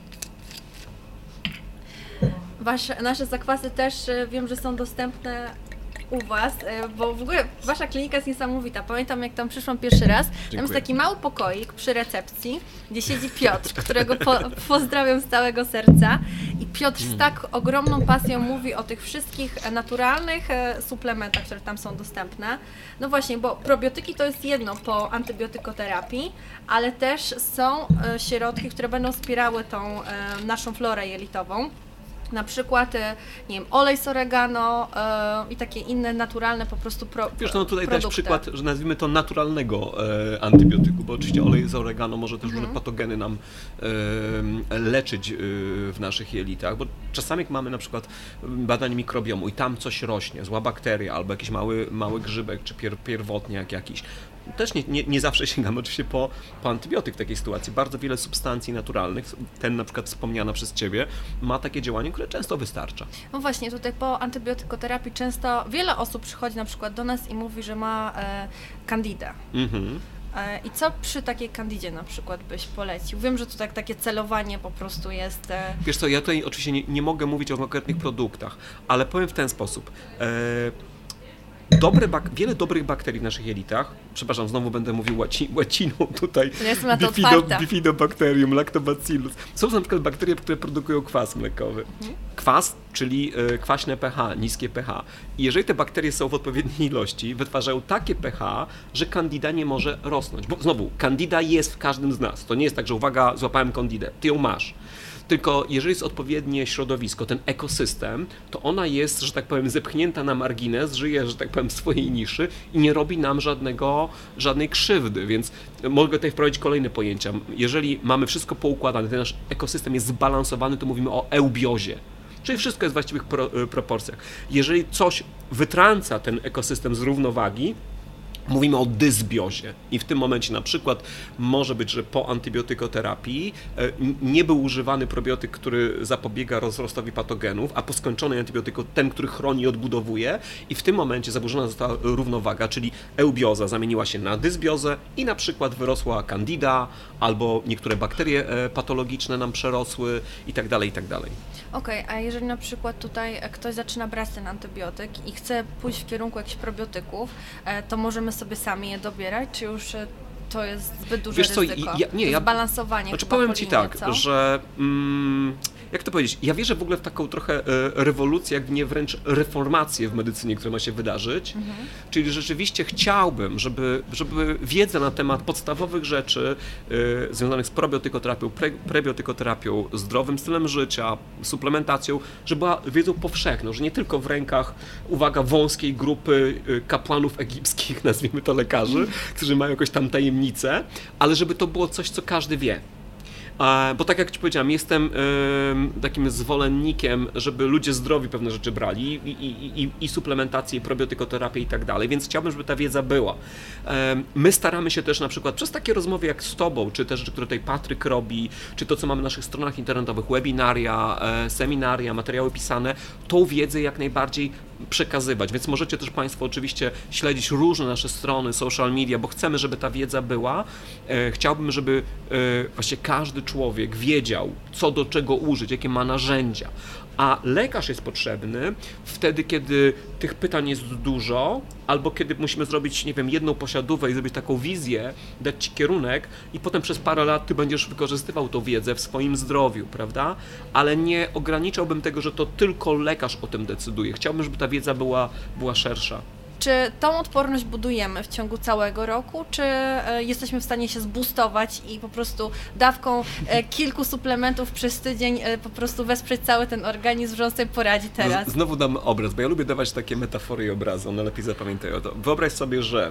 Speaker 1: Nasze zakwasy też wiem, że są dostępne u Was, bo w ogóle Wasza klinika jest niesamowita. Pamiętam, jak tam przyszłam pierwszy raz. Tam jest taki mały pokoik przy recepcji, gdzie siedzi Piotr, którego pozdrawiam z całego serca. I Piotr z tak ogromną pasją mówi o tych wszystkich naturalnych suplementach, które tam są dostępne. No właśnie, bo probiotyki to jest jedno po antybiotykoterapii, ale też są środki, które będą wspierały tą naszą florę jelitową. Na przykład, nie wiem, olej z oregano i takie inne naturalne po prostu
Speaker 2: Wiesz, no tutaj
Speaker 1: produkty.
Speaker 2: dać przykład, że nazwijmy to naturalnego antybiotyku, bo oczywiście olej z oregano może też różne patogeny nam leczyć w naszych jelitach, bo czasami jak mamy na przykład badanie mikrobiomu i tam coś rośnie, zła bakteria albo jakiś mały grzybek czy pierwotniak jakiś, też nie zawsze sięgamy oczywiście po antybiotyk w takiej sytuacji. Bardzo wiele substancji naturalnych, ten na przykład wspomniana przez Ciebie, ma takie działanie, które często wystarcza.
Speaker 1: No właśnie, tutaj po antybiotykoterapii często wiele osób przychodzi na przykład do nas i mówi, że ma candidę. I co przy takiej candidzie na przykład byś polecił? Wiem, że to takie celowanie po prostu jest...
Speaker 2: Wiesz co, ja tutaj oczywiście nie mogę mówić o konkretnych produktach, ale powiem w ten sposób. Wiele dobrych bakterii w naszych jelitach, przepraszam, znowu będę mówił łaciną tutaj,
Speaker 1: ja jestem na to otwarta.
Speaker 2: Bifidobacterium, lactobacillus. Są na przykład bakterie, które produkują kwas mlekowy. Kwas, czyli kwaśne pH, niskie pH. I jeżeli te bakterie są w odpowiedniej ilości, wytwarzają takie pH, że candida nie może rosnąć. Bo znowu, candida jest w każdym z nas. To nie jest tak, że uwaga, złapałem candidę, ty ją masz. Tylko jeżeli jest odpowiednie środowisko, ten ekosystem, to ona jest, że tak powiem, zepchnięta na margines, żyje, że tak powiem, w swojej niszy i nie robi nam żadnej krzywdy, więc mogę tutaj wprowadzić kolejne pojęcia. Jeżeli mamy wszystko poukładane, ten nasz ekosystem jest zbalansowany, to mówimy o eubiozie. Czyli wszystko jest w właściwych proporcjach. Jeżeli coś wytrąca ten ekosystem z równowagi, Mówimy o dysbiozie i w tym momencie na przykład może być, że po antybiotykoterapii nie był używany probiotyk, który zapobiega rozrostowi patogenów, a po skończonej antybiotyku ten, który chroni i odbudowuje i w tym momencie zaburzona została równowaga, czyli eubioza zamieniła się na dysbiozę i na przykład wyrosła candida albo niektóre bakterie patologiczne nam przerosły i tak dalej, i tak dalej.
Speaker 1: Okej, a jeżeli na przykład tutaj ktoś zaczyna brać ten antybiotyk i chce pójść w kierunku jakichś probiotyków, to możemy sobie sami je dobierać, czy już to jest zbyt duże ryzyko? Zbalansowanie.
Speaker 2: Znaczy powiem Ci tak,
Speaker 1: co?
Speaker 2: że jak to powiedzieć, ja wierzę w ogóle w taką trochę rewolucję, jak nie wręcz reformację w medycynie, która ma się wydarzyć, czyli rzeczywiście chciałbym, żeby wiedza na temat podstawowych rzeczy związanych z probiotykoterapią, prebiotykoterapią, zdrowym stylem życia, suplementacją, żeby była wiedzą powszechną, że nie tylko w rękach, uwaga, wąskiej grupy kapłanów egipskich, nazwijmy to lekarzy, którzy mają jakąś tam tajemnicę, ale żeby to było coś, co każdy wie. Bo tak jak Ci powiedziałem, jestem takim zwolennikiem, żeby ludzie zdrowi pewne rzeczy brali i suplementację, i probiotykoterapię i tak dalej, więc chciałbym, żeby ta wiedza była. My staramy się też na przykład przez takie rozmowy jak z Tobą, czy te rzeczy, które tutaj Patryk robi, czy to, co mamy na naszych stronach internetowych, webinaria, seminaria, materiały pisane, tą wiedzę jak najbardziej przekazywać, więc możecie też Państwo oczywiście śledzić różne nasze strony, social media, bo chcemy, żeby ta wiedza była. Chciałbym, żeby właśnie każdy człowiek wiedział, co do czego użyć, jakie ma narzędzia, a lekarz jest potrzebny wtedy, kiedy tych pytań jest dużo, albo kiedy musimy zrobić, nie wiem, jedną posiadówkę i zrobić taką wizję, dać Ci kierunek i potem przez parę lat Ty będziesz wykorzystywał tą wiedzę w swoim zdrowiu, prawda? Ale nie ograniczałbym tego, że to tylko lekarz o tym decyduje. Chciałbym, żeby ta wiedza była szersza.
Speaker 1: Czy tą odporność budujemy w ciągu całego roku, czy jesteśmy w stanie się zboostować i po prostu dawką kilku suplementów przez tydzień po prostu wesprzeć cały ten organizm, że on sobie poradzi teraz?
Speaker 2: Znowu dam obraz, bo ja lubię dawać takie metafory i obrazy, one lepiej zapamiętają to. Wyobraź sobie, że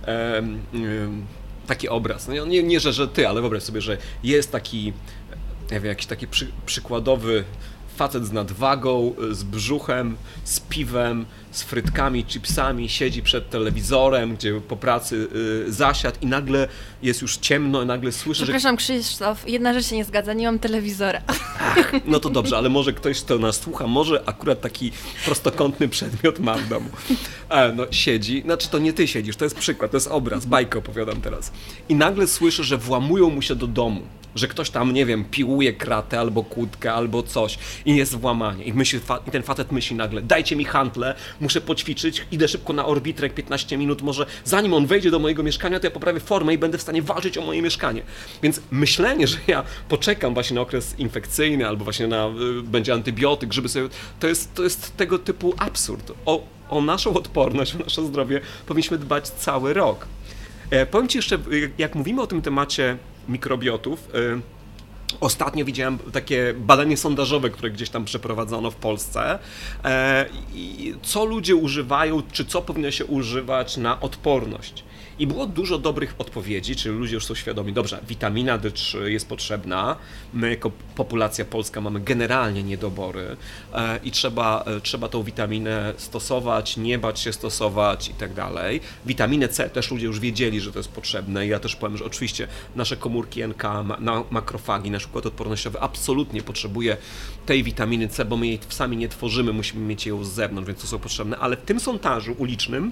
Speaker 2: taki obraz, no nie że Ty, ale wyobraź sobie, że jest taki, nie wiem, jakiś taki przykładowy facet z nadwagą, z brzuchem, z piwem, z frytkami, chipsami, siedzi przed telewizorem, gdzie po pracy zasiadł i nagle jest już ciemno i nagle słyszy,
Speaker 1: Przepraszam, Krzysztof, jedna rzecz się nie zgadza, nie mam telewizora.
Speaker 2: Ach, no to dobrze, ale może ktoś, kto nas słucha, może akurat taki prostokątny przedmiot ma w domu. No siedzi, znaczy to nie Ty siedzisz, to jest przykład, to jest obraz, bajkę opowiadam teraz. I nagle słyszy, że włamują mu się do domu, że ktoś tam, nie wiem, piłuje kratę albo kłódkę albo coś i jest włamanie. I ten facet myśli nagle, dajcie mi handlę, muszę poćwiczyć, idę szybko na orbitrek 15 minut, może zanim on wejdzie do mojego mieszkania, to ja poprawię formę i będę w stanie walczyć o moje mieszkanie. Więc myślenie, że ja poczekam właśnie na okres infekcyjny albo właśnie będzie antybiotyk, żeby sobie, to jest tego typu absurd. O naszą odporność, o nasze zdrowie powinniśmy dbać cały rok. Powiem Ci jeszcze, jak mówimy o tym temacie mikrobiotów, ostatnio widziałem takie badanie sondażowe, które gdzieś tam przeprowadzono w Polsce. Co ludzie używają, czy co powinno się używać na odporność. I było dużo dobrych odpowiedzi, czyli ludzie już są świadomi, dobrze, witamina D3 jest potrzebna, my jako populacja polska mamy generalnie niedobory i trzeba tą witaminę stosować, nie bać się stosować i tak dalej. Witaminę C też ludzie już wiedzieli, że to jest potrzebne i ja też powiem, że oczywiście nasze komórki NK, makrofagi, nasz układ odpornościowy absolutnie potrzebuje tej witaminy C, bo my jej sami nie tworzymy, musimy mieć ją z zewnątrz, więc to są potrzebne, ale w tym sondażu ulicznym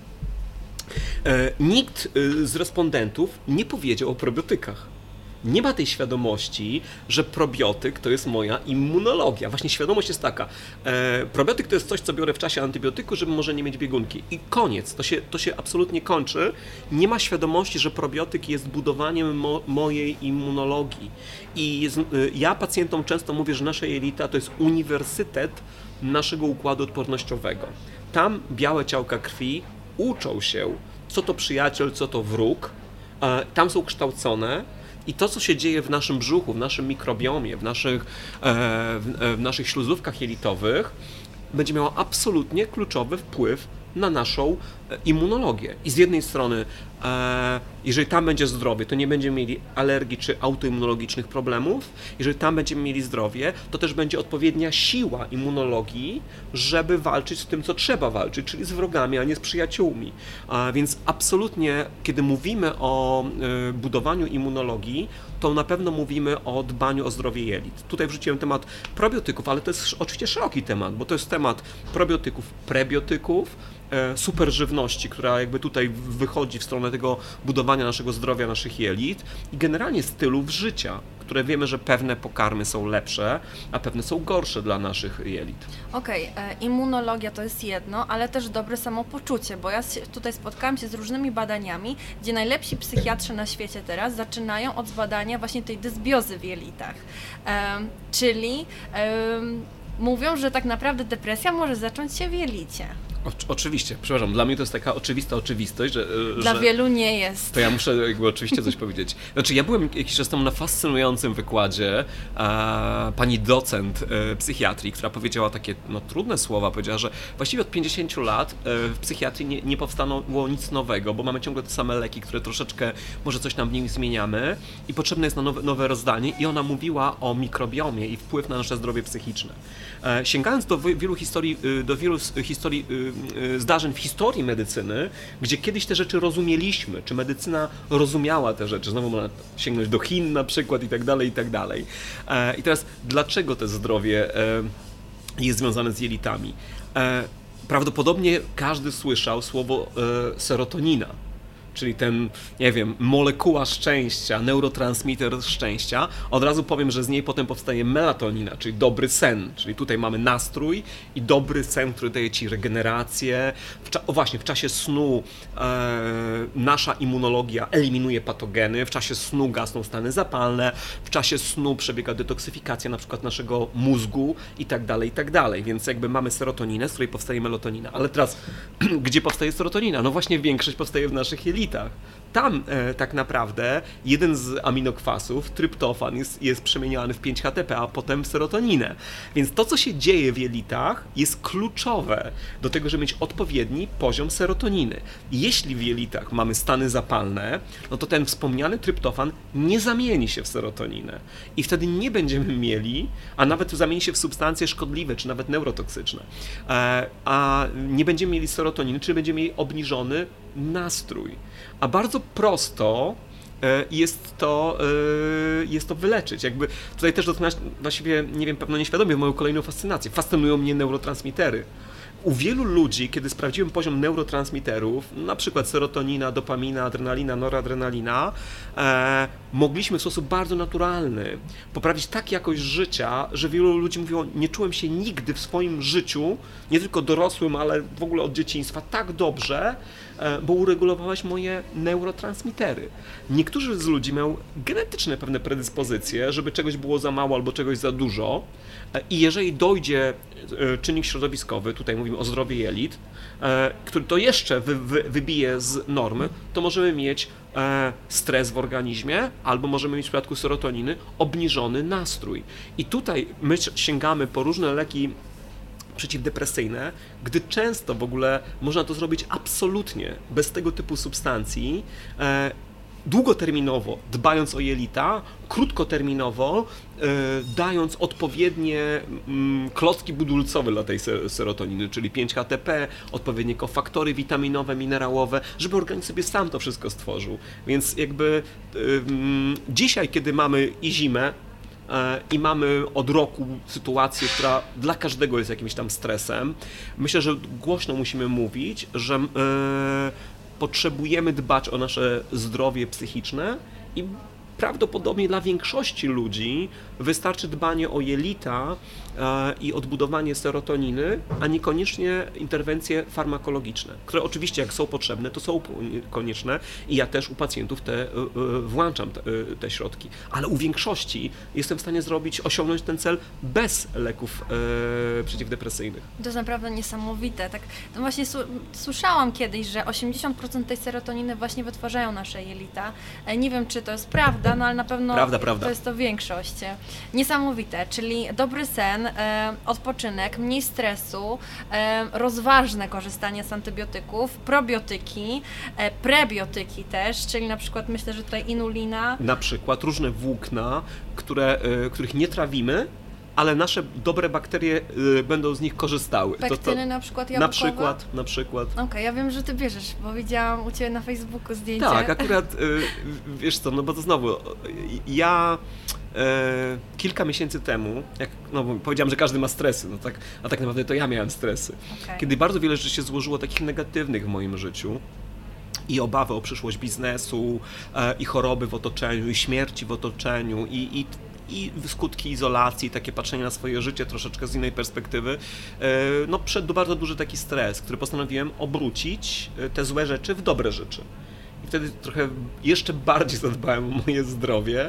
Speaker 2: nikt z respondentów nie powiedział o probiotykach. Nie ma tej świadomości, że probiotyk to jest moja immunologia. Właśnie świadomość jest taka. Probiotyk to jest coś, co biorę w czasie antybiotyku, żeby może nie mieć biegunki. I koniec. To się absolutnie kończy. Nie ma świadomości, że probiotyk jest budowaniem mojej immunologii. I ja pacjentom często mówię, że nasza jelita to jest uniwersytet naszego układu odpornościowego. Tam białe ciałka krwi uczą się, co to przyjaciel, co to wróg, tam są kształcone i to, co się dzieje w naszym brzuchu, w naszym mikrobiomie, w naszych śluzówkach jelitowych, będzie miało absolutnie kluczowy wpływ na naszą immunologię. I z jednej strony, jeżeli tam będzie zdrowie, to nie będziemy mieli alergii czy autoimmunologicznych problemów. Jeżeli tam będziemy mieli zdrowie, to też będzie odpowiednia siła immunologii, żeby walczyć z tym, co trzeba walczyć, czyli z wrogami, a nie z przyjaciółmi. Więc absolutnie, kiedy mówimy o budowaniu immunologii, to na pewno mówimy o dbaniu o zdrowie jelit. Tutaj wrzuciłem temat probiotyków, ale to jest oczywiście szeroki temat, bo to jest temat probiotyków, prebiotyków, superżywności, która jakby tutaj wychodzi w stronę tego budowania naszego zdrowia, naszych jelit i generalnie stylów życia, które wiemy, że pewne pokarmy są lepsze, a pewne są gorsze dla naszych jelit.
Speaker 1: Okej, immunologia to jest jedno, ale też dobre samopoczucie, bo ja tutaj spotkałam się z różnymi badaniami, gdzie najlepsi psychiatrzy na świecie teraz zaczynają od zbadania właśnie tej dysbiozy w jelitach, czyli mówią, że tak naprawdę depresja może zacząć się w jelicie.
Speaker 2: Oczywiście, przepraszam, dla mnie to jest taka oczywista oczywistość, że...
Speaker 1: Dla wielu nie jest.
Speaker 2: To ja muszę jakby oczywiście coś powiedzieć. Znaczy, ja byłem jakiś czas temu na fascynującym wykładzie pani docent psychiatrii, która powiedziała takie trudne słowa, powiedziała, że właściwie od 50 lat w psychiatrii nie powstało nic nowego, bo mamy ciągle te same leki, które troszeczkę, może coś tam w nich zmieniamy i potrzebne jest na nowe rozdanie i ona mówiła o mikrobiomie i wpływ na nasze zdrowie psychiczne. Sięgając do wielu historii zdarzeń w historii medycyny, gdzie kiedyś te rzeczy rozumieliśmy, czy medycyna rozumiała te rzeczy, znowu można sięgnąć do Chin na przykład i tak dalej, i tak dalej. I teraz, dlaczego to zdrowie jest związane z jelitami? Prawdopodobnie każdy słyszał słowo serotonina, czyli ten, nie wiem, molekuła szczęścia, neurotransmitter szczęścia. Od razu powiem, że z niej potem powstaje melatonina, czyli dobry sen, czyli tutaj mamy nastrój i dobry sen, który daje ci regenerację. Właśnie, w czasie snu nasza immunologia eliminuje patogeny, w czasie snu gasną stany zapalne, w czasie snu przebiega detoksyfikacja na przykład naszego mózgu i tak dalej, więc jakby mamy serotoninę, z której powstaje melatonina. Ale teraz, gdzie powstaje serotonina? No właśnie większość powstaje w naszych jelitach. Tam tak naprawdę jeden z aminokwasów, tryptofan, jest przemieniany w 5-HTP, a potem w serotoninę. Więc to, co się dzieje w jelitach, jest kluczowe do tego, żeby mieć odpowiedni poziom serotoniny. Jeśli w jelitach mamy stany zapalne, no to ten wspomniany tryptofan nie zamieni się w serotoninę. I wtedy nie będziemy mieli, a nawet zamieni się w substancje szkodliwe, czy nawet neurotoksyczne. A nie będziemy mieli serotoniny, czyli będziemy mieli obniżony nastrój. A bardzo prosto jest to wyleczyć. Jakby tutaj też dotknąć właściwie, nie wiem, pewno nieświadomie w moją kolejną fascynację. Fascynują mnie neurotransmitery. U wielu ludzi, kiedy sprawdziłem poziom neurotransmiterów, na przykład serotonina, dopamina, adrenalina, noradrenalina, mogliśmy w sposób bardzo naturalny poprawić tak jakość życia, że wielu ludzi mówiło, nie czułem się nigdy w swoim życiu, nie tylko dorosłym, ale w ogóle od dzieciństwa, tak dobrze, bo uregulowałeś moje neurotransmitery. Niektórzy z ludzi mają genetyczne pewne predyspozycje, żeby czegoś było za mało albo czegoś za dużo i jeżeli dojdzie czynnik środowiskowy, tutaj mówimy o zdrowiu jelit, który to jeszcze wybije z normy, to możemy mieć stres w organizmie, albo możemy mieć w przypadku serotoniny obniżony nastrój. I tutaj my sięgamy po różne leki przeciwdepresyjne, gdy często w ogóle można to zrobić absolutnie bez tego typu substancji, długoterminowo dbając o jelita, krótkoterminowo dając odpowiednie klocki budulcowe dla tej serotoniny, czyli 5-HTP, odpowiednie kofaktory witaminowe, minerałowe, żeby organizm sobie sam to wszystko stworzył. Więc jakby dzisiaj, kiedy mamy i zimę, i mamy od roku sytuację, która dla każdego jest jakimś tam stresem, myślę, że głośno musimy mówić, że potrzebujemy dbać o nasze zdrowie psychiczne i prawdopodobnie dla większości ludzi wystarczy dbanie o jelita i odbudowanie serotoniny, a niekoniecznie interwencje farmakologiczne, które oczywiście jak są potrzebne, to są konieczne i ja też u pacjentów włączam te środki, ale u większości jestem w stanie osiągnąć ten cel bez leków przeciwdepresyjnych.
Speaker 1: To jest naprawdę niesamowite. Tak, no właśnie słyszałam kiedyś, że 80% tej serotoniny właśnie wytwarzają nasze jelita. Nie wiem, czy to jest prawda, prawda? No ale na pewno
Speaker 2: Prawda.
Speaker 1: to jest to większość. Niesamowite, czyli dobry sen, odpoczynek, mniej stresu, rozważne korzystanie z antybiotyków, probiotyki, prebiotyki też, czyli na przykład myślę, że tutaj inulina.
Speaker 2: Na przykład różne włókna, których nie trawimy, ale nasze dobre bakterie będą z nich korzystały.
Speaker 1: Pektyny na przykład jabłkowe?
Speaker 2: Na przykład.
Speaker 1: Okej, ja wiem, że ty bierzesz, bo widziałam u ciebie na Facebooku zdjęcie.
Speaker 2: Tak, akurat, wiesz co, no bo to znowu, ja kilka miesięcy temu, powiedziałem, że każdy ma stresy, a tak naprawdę to ja miałem stresy.
Speaker 1: Okay.
Speaker 2: Kiedy bardzo wiele rzeczy się złożyło takich negatywnych w moim życiu, i obawy o przyszłość biznesu, i choroby w otoczeniu, i śmierci w otoczeniu, i skutki izolacji, takie patrzenie na swoje życie troszeczkę z innej perspektywy, przyszedł bardzo duży taki stres, który postanowiłem obrócić te złe rzeczy w dobre rzeczy. I wtedy trochę jeszcze bardziej zadbałem o moje zdrowie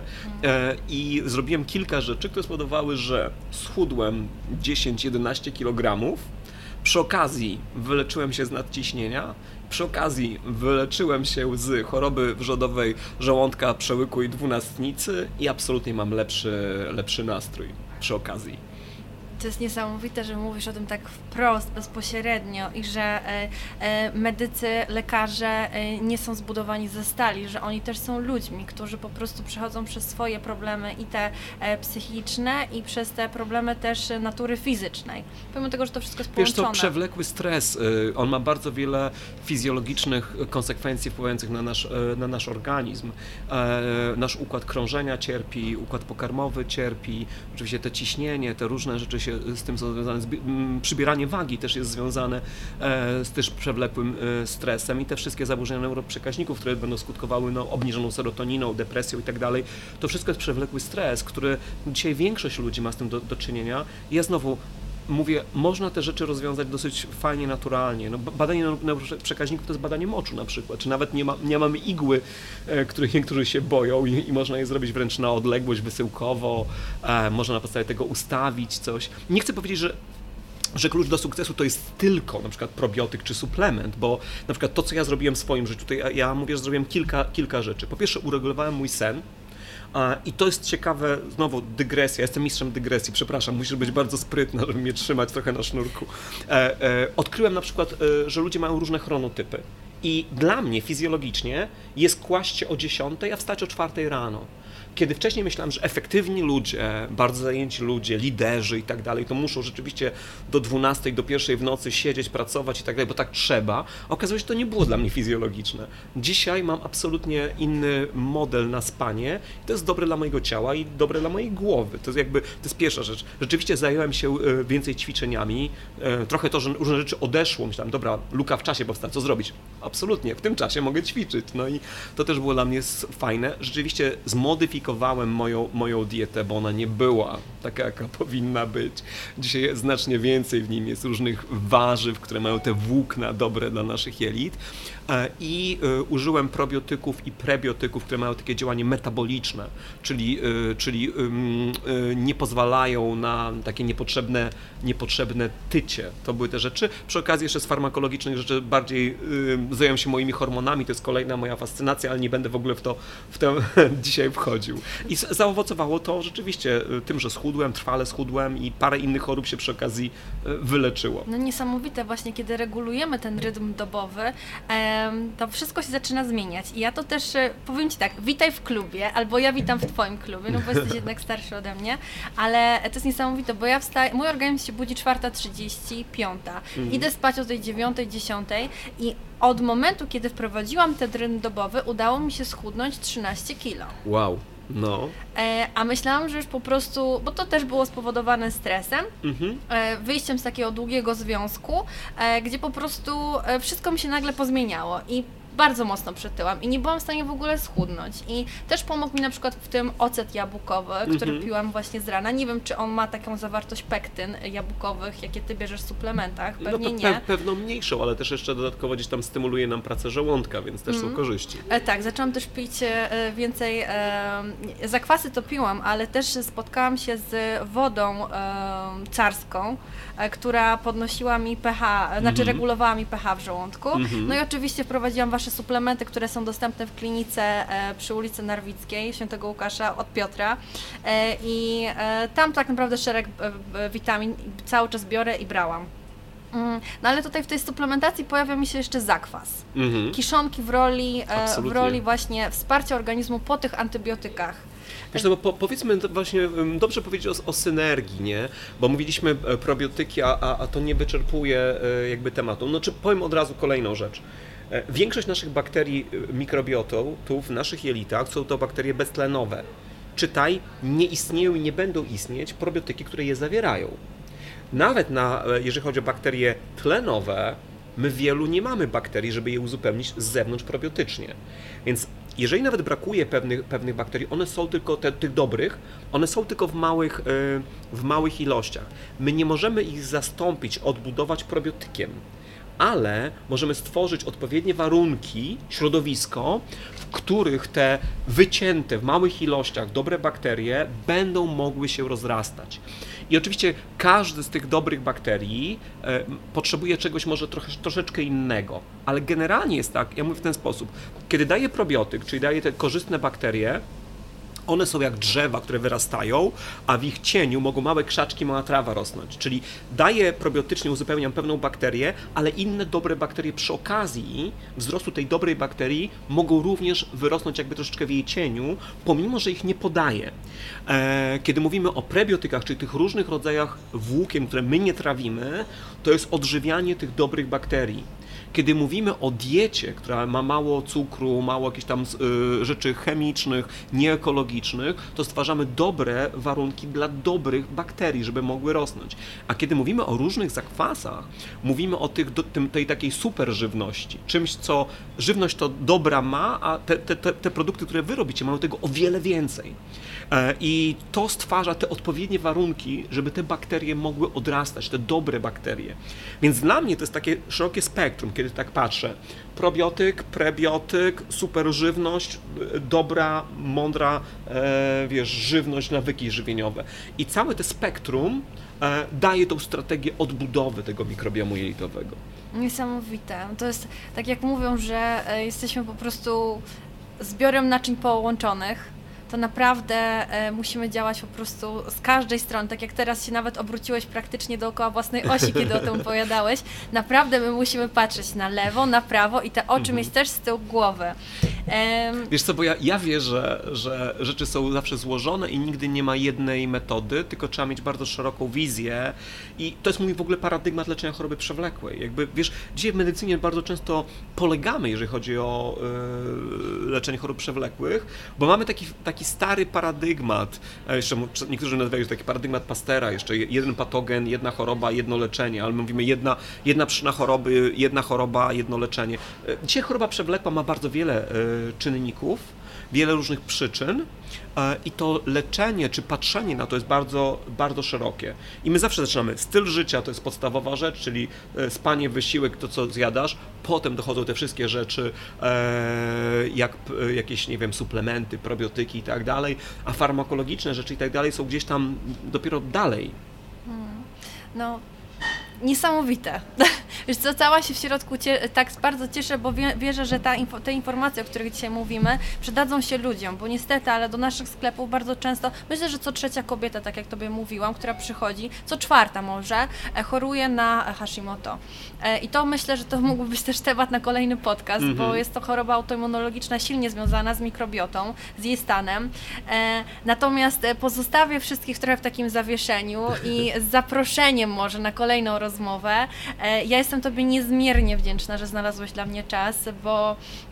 Speaker 2: i zrobiłem kilka rzeczy, które spowodowały, że schudłem 10-11 kg, przy okazji wyleczyłem się z nadciśnienia, przy okazji wyleczyłem się z choroby wrzodowej żołądka, przełyku i dwunastnicy i absolutnie mam lepszy nastrój przy okazji.
Speaker 1: To jest niesamowite, że mówisz o tym tak wprost, bezpośrednio i że medycy, lekarze nie są zbudowani ze stali, że oni też są ludźmi, którzy po prostu przechodzą przez swoje problemy i te psychiczne i przez te problemy też natury fizycznej. Pomimo tego, że to wszystko jest połączone.
Speaker 2: Wiesz co, przewlekły stres, on ma bardzo wiele fizjologicznych konsekwencji wpływających na nasz organizm. Nasz układ krążenia cierpi, układ pokarmowy cierpi, oczywiście te ciśnienie, te różne rzeczy się z tym są związane, przybieranie wagi też jest związane z też przewlekłym stresem i te wszystkie zaburzenia neuroprzekaźników, które będą skutkowały obniżoną serotoniną, depresją i tak dalej, to wszystko jest przewlekły stres, który dzisiaj większość ludzi ma z tym do czynienia. I ja znowu mówię, można te rzeczy rozwiązać dosyć fajnie, naturalnie. Badanie neuroprzekaźników to jest badanie moczu na przykład, czy nawet nie mamy igły, których niektórzy się boją i można je zrobić wręcz na odległość wysyłkowo, można na podstawie tego ustawić coś. Nie chcę powiedzieć, że klucz do sukcesu to jest tylko na przykład probiotyk czy suplement, bo na przykład to, co ja zrobiłem w swoim życiu, tutaj ja mówię, że zrobiłem kilka rzeczy. Po pierwsze, uregulowałem mój sen. I to jest ciekawe, znowu dygresja, jestem mistrzem dygresji, przepraszam, musisz być bardzo sprytna, żeby mnie trzymać trochę na sznurku. Odkryłem na przykład, że ludzie mają różne chronotypy i dla mnie fizjologicznie jest kłaść się o 10, a wstać o 4 rano. Kiedy wcześniej myślałem, że efektywni ludzie, bardzo zajęci ludzie, liderzy i tak dalej, to muszą rzeczywiście do 12, do 1 w nocy siedzieć, pracować i tak dalej, bo tak trzeba, a okazało się, że to nie było dla mnie fizjologiczne. Dzisiaj mam absolutnie inny model na spanie i to jest dobre dla mojego ciała i dobre dla mojej głowy. To jest pierwsza rzecz. Rzeczywiście zająłem się więcej ćwiczeniami, trochę to, że różne rzeczy odeszło, myślałem, dobra, luka w czasie powstała, co zrobić? Absolutnie, w tym czasie mogę ćwiczyć. No i to też było dla mnie fajne. Rzeczywiście zmodyfikowałem moją dietę, bo ona nie była taka, jaka powinna być. Dzisiaj jest znacznie więcej w nim jest różnych warzyw, które mają te włókna dobre dla naszych jelit i użyłem probiotyków i prebiotyków, które mają takie działanie metaboliczne, czyli nie pozwalają na takie niepotrzebne tycie. To były te rzeczy. Przy okazji jeszcze z farmakologicznych rzeczy bardziej zająłem się moimi hormonami, to jest kolejna moja fascynacja, ale nie będę w ogóle w to dzisiaj wchodził. I zaowocowało to rzeczywiście tym, że schudłem, trwale schudłem i parę innych chorób się przy okazji wyleczyło.
Speaker 1: No niesamowite właśnie, kiedy regulujemy ten rytm dobowy, to wszystko się zaczyna zmieniać. I ja to też powiem Ci tak, witaj w klubie, albo ja witam w Twoim klubie, no bo jesteś jednak starszy ode mnie, ale to jest niesamowite, bo ja wstaję, mój organizm się budzi 4:30, 5. Idę spać o tej 9, 10 i od momentu, kiedy wprowadziłam ten rytm dobowy, udało mi się schudnąć 13 kilo.
Speaker 2: Wow. No.
Speaker 1: A myślałam, że już po prostu, bo to też było spowodowane stresem, wyjściem z takiego długiego związku, gdzie po prostu wszystko mi się nagle pozmieniało i bardzo mocno przytyłam i nie byłam w stanie w ogóle schudnąć. I też pomógł mi na przykład w tym ocet jabłkowy, który piłam właśnie z rana. Nie wiem, czy on ma taką zawartość pektyn jabłkowych, jakie Ty bierzesz w suplementach, pewnie nie.
Speaker 2: Pewno mniejszą, ale też jeszcze dodatkowo gdzieś tam stymuluje nam pracę żołądka, więc też są korzyści.
Speaker 1: Tak, zaczęłam też pić więcej, zakwasy to piłam, ale też spotkałam się z wodą carską, która podnosiła mi pH, znaczy regulowała mi pH w żołądku. No i oczywiście wprowadziłam Wasze nasze suplementy, które są dostępne w klinice przy ulicy Narwickiej, Świętego Łukasza od Piotra i tam tak naprawdę szereg witamin cały czas biorę i brałam. No ale tutaj w tej suplementacji pojawia mi się jeszcze zakwas. Kiszonki w roli właśnie wsparcia organizmu po tych antybiotykach.
Speaker 2: Wiesz, no bo powiedzmy właśnie, dobrze powiedzieć o synergii, nie? Bo mówiliśmy probiotyki, a to nie wyczerpuje jakby tematu. No czy powiem od razu kolejną rzecz. Większość naszych bakterii mikrobiotów w naszych jelitach są to bakterie beztlenowe. Czytaj, nie istnieją i nie będą istnieć probiotyki, które je zawierają. Nawet jeżeli chodzi o bakterie tlenowe, my wielu nie mamy bakterii, żeby je uzupełnić z zewnątrz probiotycznie. Więc jeżeli nawet brakuje pewnych bakterii, one są tylko, tych dobrych, one są tylko w małych ilościach. My nie możemy ich zastąpić, odbudować probiotykiem, ale możemy stworzyć odpowiednie warunki, środowisko, w których te wycięte w małych ilościach dobre bakterie będą mogły się rozrastać. I oczywiście każdy z tych dobrych bakterii potrzebuje czegoś może troszeczkę innego, ale generalnie jest tak, ja mówię w ten sposób, kiedy daję probiotyk, czyli daję te korzystne bakterie, one są jak drzewa, które wyrastają, a w ich cieniu mogą małe krzaczki, mała trawa rosnąć. Czyli daję probiotycznie, uzupełniam pewną bakterię, ale inne dobre bakterie przy okazji wzrostu tej dobrej bakterii mogą również wyrosnąć jakby troszeczkę w jej cieniu, pomimo że ich nie podaję. Kiedy mówimy o prebiotykach, czyli tych różnych rodzajach włókien, które my nie trawimy, to jest odżywianie tych dobrych bakterii. Kiedy mówimy o diecie, która ma mało cukru, mało jakichś tam rzeczy chemicznych, nieekologicznych, to stwarzamy dobre warunki dla dobrych bakterii, żeby mogły rosnąć. A kiedy mówimy o różnych zakwasach, mówimy o tej takiej super żywności, czymś, co żywność to dobra ma, a te produkty, które wy robicie, mają tego o wiele więcej. I to stwarza te odpowiednie warunki, żeby te bakterie mogły odrastać, te dobre bakterie. Więc dla mnie to jest takie szerokie spektrum, kiedy tak patrzę. Probiotyk, prebiotyk, super żywność, dobra, mądra, żywność, nawyki żywieniowe. I całe to spektrum daje tą strategię odbudowy tego mikrobiomu jelitowego.
Speaker 1: Niesamowite. To jest tak jak mówią, że jesteśmy po prostu zbiorem naczyń połączonych. To naprawdę musimy działać po prostu z każdej strony, tak jak teraz się nawet obróciłeś praktycznie dookoła własnej osi, kiedy o tym opowiadałeś. Naprawdę my musimy patrzeć na lewo, na prawo i te oczy mieć też z tyłu głowy.
Speaker 2: Wiesz co, bo ja wierzę, że rzeczy są zawsze złożone i nigdy nie ma jednej metody, tylko trzeba mieć bardzo szeroką wizję i to jest mój w ogóle paradygmat leczenia choroby przewlekłej. Jakby, wiesz, dzisiaj w medycynie bardzo często polegamy, jeżeli chodzi o leczenie chorób przewlekłych, bo mamy taki stary paradygmat, jeszcze niektórzy nazywają to taki paradygmat Pastera, jeszcze jeden patogen, jedna choroba, jedno leczenie, ale my mówimy jedna przyczyna choroby, jedna choroba, jedno leczenie. Dzisiaj choroba przewlekła ma bardzo wiele czynników, wiele różnych przyczyn i to leczenie czy patrzenie na to jest bardzo, bardzo szerokie. I my zawsze zaczynamy, styl życia to jest podstawowa rzecz, czyli spanie, wysiłek, to co zjadasz, potem dochodzą te wszystkie rzeczy, jak jakieś, nie wiem, suplementy, probiotyki i tak dalej, a farmakologiczne rzeczy i tak dalej są gdzieś tam dopiero dalej.
Speaker 1: No, niesamowite. Wiesz co, cała się w środku tak bardzo cieszę, bo wierzę, że te informacje, o których dzisiaj mówimy, przydadzą się ludziom, bo niestety, ale do naszych sklepów bardzo często, myślę, że co trzecia kobieta, tak jak Tobie mówiłam, która przychodzi, co czwarta może, choruje na Hashimoto. I to myślę, że to mógłby być też temat na kolejny podcast, bo jest to choroba autoimmunologiczna silnie związana z mikrobiotą, z jej stanem. Natomiast pozostawię wszystkich trochę w takim zawieszeniu i z zaproszeniem może na kolejną rozmowę. Ja jestem Tobie niezmiernie wdzięczna, że znalazłeś dla mnie czas, bo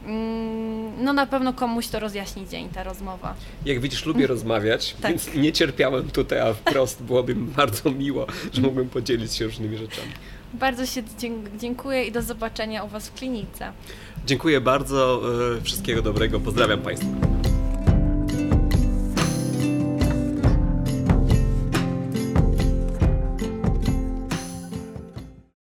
Speaker 1: no na pewno komuś to rozjaśni dzień, ta rozmowa.
Speaker 2: Jak widzisz, lubię rozmawiać,
Speaker 1: Tak.
Speaker 2: Więc nie cierpiałem tutaj, a wprost byłoby mi bardzo miło, że mogłem podzielić się różnymi rzeczami.
Speaker 1: Bardzo się dziękuję i do zobaczenia u Was w klinice.
Speaker 2: Dziękuję bardzo, wszystkiego dobrego, pozdrawiam Państwa.